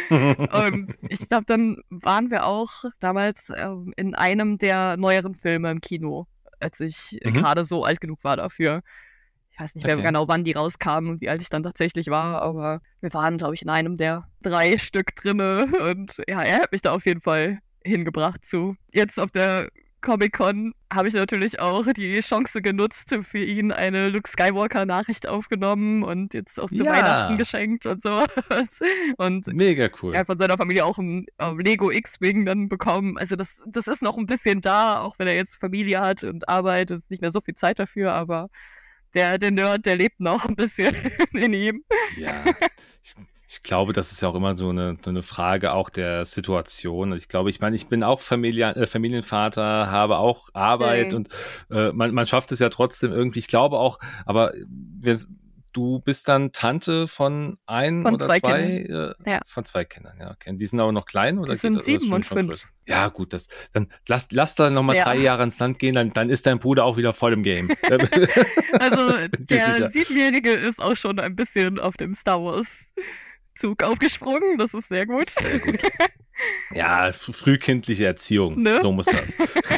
Und ich glaube, dann waren wir auch damals in einem der neueren Filme im Kino, als ich gerade so alt genug war dafür. Ich weiß nicht mehr genau, wann die rauskamen und wie alt ich dann tatsächlich war, aber wir waren, glaube ich, in einem der 3 Stück drinne und ja, er hat mich da auf jeden Fall hingebracht zu. Jetzt auf der Comic-Con habe ich natürlich auch die Chance genutzt, für ihn eine Luke Skywalker-Nachricht aufgenommen und jetzt auch zu Weihnachten geschenkt und sowas. Und mega cool. Er hat von seiner Familie auch ein Lego X-Wing dann bekommen. Also das ist noch ein bisschen da, auch wenn er jetzt Familie hat und arbeitet, ist nicht mehr so viel Zeit dafür, aber der Nerd, der lebt noch ein bisschen in ihm. Ja, ich glaube, das ist ja auch immer so eine Frage auch der Situation. Ich glaube, ich bin auch Familienvater, habe auch Arbeit und man schafft es ja trotzdem irgendwie. Ich glaube auch, aber du bist dann Tante von oder zwei? Von 2 Kindern, ja. Okay. Die sind aber noch klein? Oder die sind 7 und 5. Ja, gut, dann lass da nochmal 3 Jahre ins Land gehen, dann ist dein Bruder auch wieder voll im Game. Also der 7-Jährige ist auch schon ein bisschen auf dem Star Wars Zug aufgesprungen, das ist sehr gut. Sehr gut. Ja, frühkindliche Erziehung, ne? So muss das.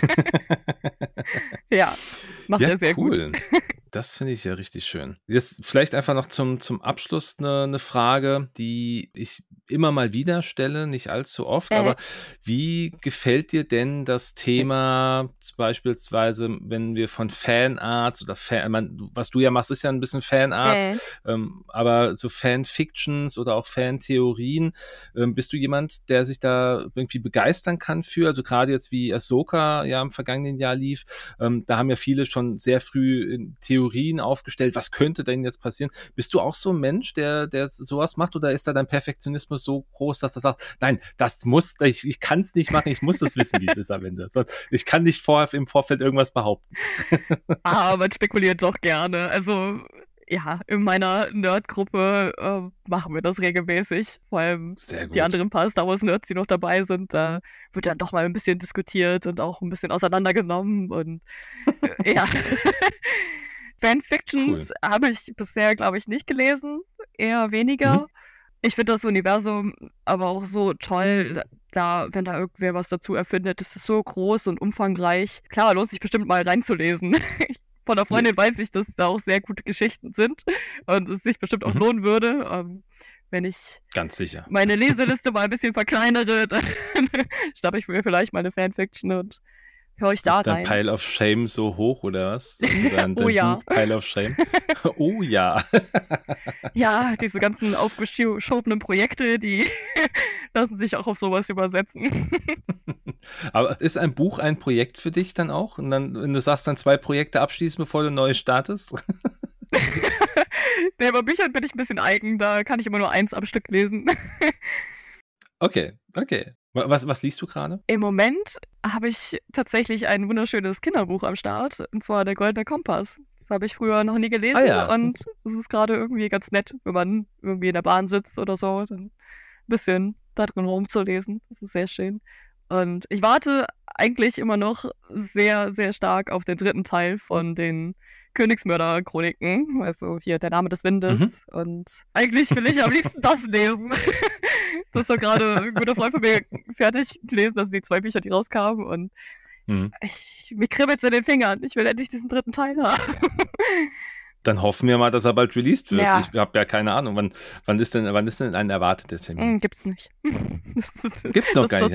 Ja, macht er sehr cool. Gut. Das finde ich ja richtig schön. Jetzt vielleicht einfach noch zum Abschluss eine Frage, die ich immer mal wieder stelle, nicht allzu oft, aber wie gefällt dir denn das Thema beispielsweise, wenn wir von Fanarts oder was du ja machst, ist ja ein bisschen Fanart, aber so Fanfictions oder auch Fantheorien, bist du jemand, der sich da irgendwie begeistern kann für, also gerade jetzt wie Ahsoka ja im vergangenen Jahr lief, da haben ja viele schon sehr früh Theorien aufgestellt, was könnte denn jetzt passieren? Bist du auch so ein Mensch, der sowas macht oder ist da dein Perfektionismus so groß, dass du sagst, nein, ich kann es nicht machen, ich muss das wissen, wie es ist am Ende. Ich kann nicht im Vorfeld irgendwas behaupten. Man spekuliert doch gerne. Also ja, in meiner Nerd-Gruppe machen wir das regelmäßig. Vor allem die anderen paar Star Wars-Nerds, die noch dabei sind, da wird dann doch mal ein bisschen diskutiert und auch ein bisschen auseinandergenommen und ja. Fanfictions habe ich bisher, glaube ich, nicht gelesen. Eher weniger. Ich finde das Universum aber auch so toll, wenn da irgendwer was dazu erfindet. Das ist so groß und umfangreich. Klar, lohnt sich bestimmt mal reinzulesen. Von der Freundin weiß ich, dass da auch sehr gute Geschichten sind und es sich bestimmt auch lohnen würde. Wenn ich ganz sicher meine Leseliste mal ein bisschen verkleinere, dann schnappe ich mir vielleicht meine Fanfiction und höre ich da ist dein rein. Pile of Shame so hoch oder was? Also dein Oh ja. Buch Pile of Shame? Oh ja. Ja, diese ganzen aufgeschobenen Projekte, die lassen sich auch auf sowas übersetzen. Aber ist ein Buch ein Projekt für dich dann auch? Und dann, wenn du sagst, dann 2 Projekte abschließen, bevor du neu startest? Nee, bei Büchern bin ich ein bisschen eigen, da kann ich immer nur 1 am Stück lesen. Okay. Was liest du gerade? Im Moment habe ich tatsächlich ein wunderschönes Kinderbuch am Start, und zwar Der Goldene Kompass. Das habe ich früher noch nie gelesen und das ist gerade irgendwie ganz nett, wenn man irgendwie in der Bahn sitzt oder so, dann ein bisschen da drin rumzulesen. Das ist sehr schön. Und ich warte eigentlich immer noch sehr, sehr stark auf den 3. Teil von den Königsmörder-Chroniken, also hier Der Name des Windes. Und eigentlich will ich am liebsten das lesen. Das ist doch gerade ein guter Freund von mir fertig gelesen, das sind die 2 Bücher, die rauskamen, und mir kribbelt's in den Fingern. Ich will endlich diesen 3. Teil haben. Dann hoffen wir mal, dass er bald released wird. Ja. Ich habe ja keine Ahnung. Wann ist denn ein erwarteter Termin? Gibt's nicht. Gibt's noch gar nicht.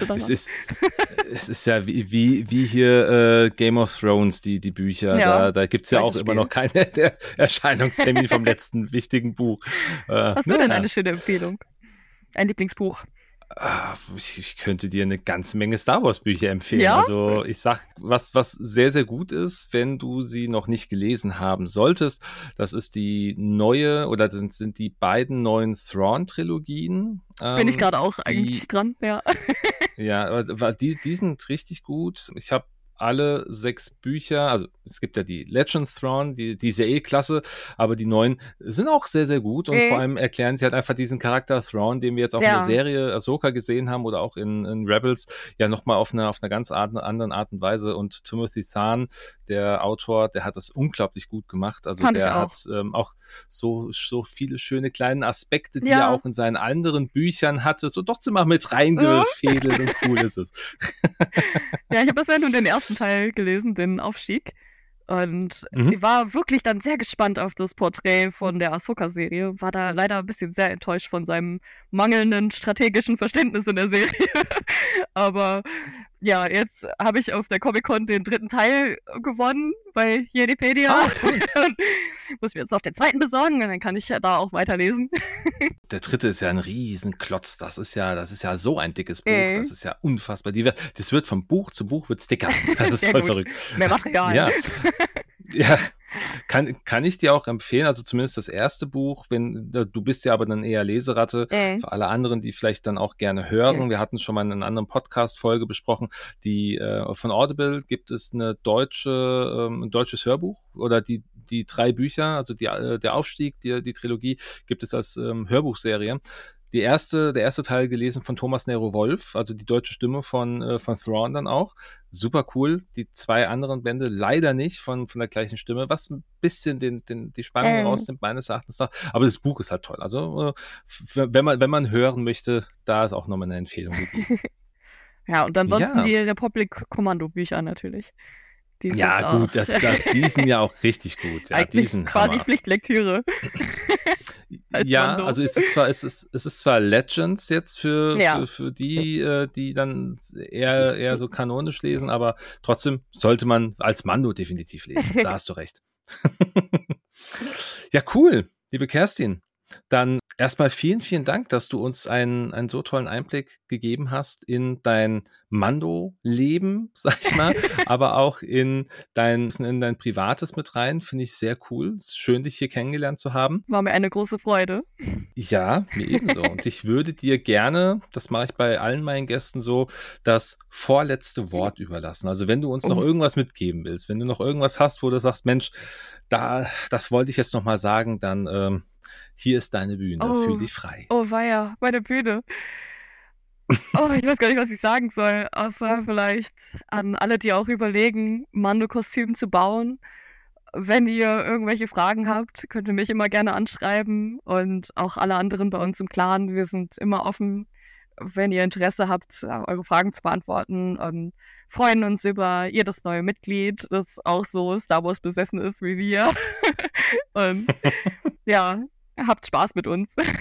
Es ist ja wie hier Game of Thrones, die Bücher. Ja, da gibt's ja auch immer noch keinen Erscheinungstermin vom letzten wichtigen Buch. Hast du denn eine schöne Empfehlung? Ein Lieblingsbuch? Ich könnte dir eine ganze Menge Star Wars Bücher empfehlen. Ja? Also ich sag, was sehr, sehr gut ist, wenn du sie noch nicht gelesen haben solltest, das ist die neue, oder das sind die beiden neuen Thrawn-Trilogien. Bin ich gerade auch eigentlich dran, ja. Ja, also die sind richtig gut. Ich habe alle 6 Bücher, also es gibt ja die Legends Thrawn, die ist ja klasse, aber die neuen sind auch sehr, sehr gut und vor allem erklären sie halt einfach diesen Charakter Thrawn, den wir jetzt auch in der Serie Ahsoka gesehen haben oder auch in Rebels, ja nochmal auf einer ganz anderen Art und Weise, und Timothy Zahn, der Autor, der hat das unglaublich gut gemacht, also der hat auch so viele schöne kleine Aspekte, die er auch in seinen anderen Büchern hatte, so doch mal mit reingefädelt und cool ist es. Ja, ich habe bisher nur den ersten Teil gelesen, den Aufstieg. Und ich war wirklich dann sehr gespannt auf das Porträt von der Ahsoka-Serie. War da leider ein bisschen sehr enttäuscht von seinem mangelnden strategischen Verständnis in der Serie. Aber ja, jetzt habe ich auf der Comic-Con den 3. Teil gewonnen bei Jedipedia. Muss mir jetzt noch den 2. besorgen und dann kann ich ja da auch weiterlesen. Der 3. ist ja ein Riesenklotz. Das ist ja so ein dickes Buch. Das ist ja unfassbar. Das wird von Buch zu Buch wird's dicker. Das ist voll verrückt. Mehr Material. Ja. Kann ich dir auch empfehlen, also zumindest das erste Buch, du bist ja aber dann eher Leseratte, für alle anderen, die vielleicht dann auch gerne hören. Wir hatten schon mal in einer anderen Podcast-Folge besprochen, von Audible gibt es ein deutsches Hörbuch, oder die 3 Bücher, also der Aufstieg, die Trilogie, gibt es als Hörbuchserie. Der erste Teil gelesen von Thomas Nero Wolf, also die deutsche Stimme von Thrawn dann auch. Super cool. Die 2 anderen Bände leider nicht von der gleichen Stimme, was ein bisschen die Spannung rausnimmt, meines Erachtens nach. Aber das Buch ist halt toll. Also, wenn man hören möchte, da ist auch nochmal eine Empfehlung gegeben. Ja, und ansonsten die Republic-Kommando-Bücher natürlich. Die sind die sind ja auch richtig gut. Ja, eigentlich die sind quasi Hammer. Pflichtlektüre. Ja, also es ist zwar Legends jetzt für die dann eher so kanonisch lesen, aber trotzdem sollte man als Mando definitiv lesen. Da hast du recht. Ja, cool, liebe Kerstin. Dann erstmal vielen, vielen Dank, dass du uns einen so tollen Einblick gegeben hast in dein Mando-Leben, sag ich mal, aber auch in dein Privates mit rein. Finde ich sehr cool. Es ist schön, dich hier kennengelernt zu haben. War mir eine große Freude. Ja, mir ebenso. Und ich würde dir gerne, das mache ich bei allen meinen Gästen so, das vorletzte Wort überlassen. Also wenn du uns noch irgendwas mitgeben willst, wenn du noch irgendwas hast, wo du sagst, Mensch, das wollte ich jetzt noch mal sagen, dann hier ist deine Bühne, fühl dich frei. Oh weia, meine Bühne. Oh, ich weiß gar nicht, was ich sagen soll, außer vielleicht an alle, die auch überlegen, Mando-Kostüm zu bauen. Wenn ihr irgendwelche Fragen habt, könnt ihr mich immer gerne anschreiben, und auch alle anderen bei uns im Clan. Wir sind immer offen, wenn ihr Interesse habt, eure Fragen zu beantworten, und freuen uns über jedes neue Mitglied, das auch so Star Wars besessen ist wie wir. Und ja, habt Spaß mit uns.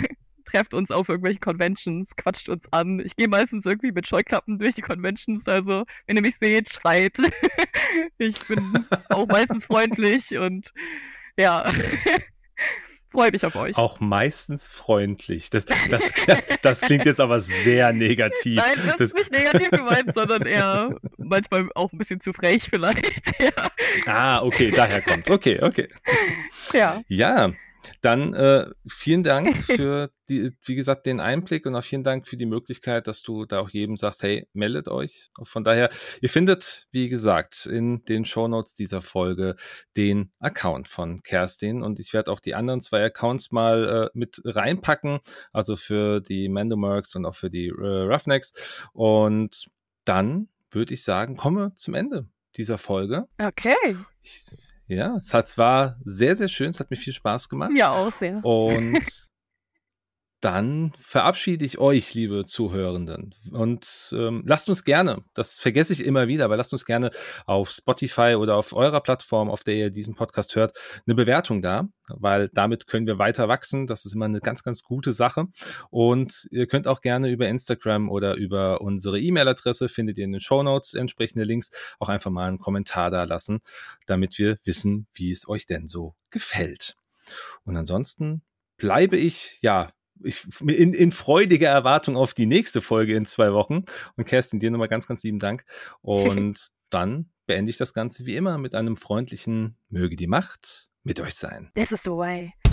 trefft uns auf irgendwelchen Conventions, quatscht uns an. Ich gehe meistens irgendwie mit Scheuklappen durch die Conventions, also wenn ihr mich seht, schreit. Ich bin auch meistens freundlich und ja, freue mich auf euch. Auch meistens freundlich. Das klingt jetzt aber sehr negativ. Nein, das ist nicht negativ gemeint, sondern eher manchmal auch ein bisschen zu frech vielleicht. Ja. Ah, okay, daher kommt's. Okay. Ja. Ja, dann vielen Dank für wie gesagt, den Einblick und auch vielen Dank für die Möglichkeit, dass du da auch jedem sagst, hey, meldet euch. Von daher, ihr findet, wie gesagt, in den Shownotes dieser Folge den Account von Kerstin und ich werde auch die anderen 2 Accounts mal mit reinpacken, also für die Mandomercs und auch für die Roughnecks. Und dann würde ich sagen, kommen wir zum Ende dieser Folge. Okay. Ja, es war sehr, sehr schön. Es hat mir viel Spaß gemacht. Ja, auch sehr. Und dann verabschiede ich euch, liebe Zuhörenden. Und lasst uns gerne, das vergesse ich immer wieder, aber lasst uns gerne auf Spotify oder auf eurer Plattform, auf der ihr diesen Podcast hört, eine Bewertung da, weil damit können wir weiter wachsen. Das ist immer eine ganz, ganz gute Sache. Und ihr könnt auch gerne über Instagram oder über unsere E-Mail-Adresse, findet ihr in den Shownotes entsprechende Links, auch einfach mal einen Kommentar da lassen, damit wir wissen, wie es euch denn so gefällt. Und ansonsten bleibe ich, in freudiger Erwartung auf die nächste Folge in 2 Wochen. Und Kerstin, dir nochmal ganz, ganz lieben Dank. Und dann beende ich das Ganze wie immer mit einem freundlichen Möge die Macht mit euch sein. This is the way.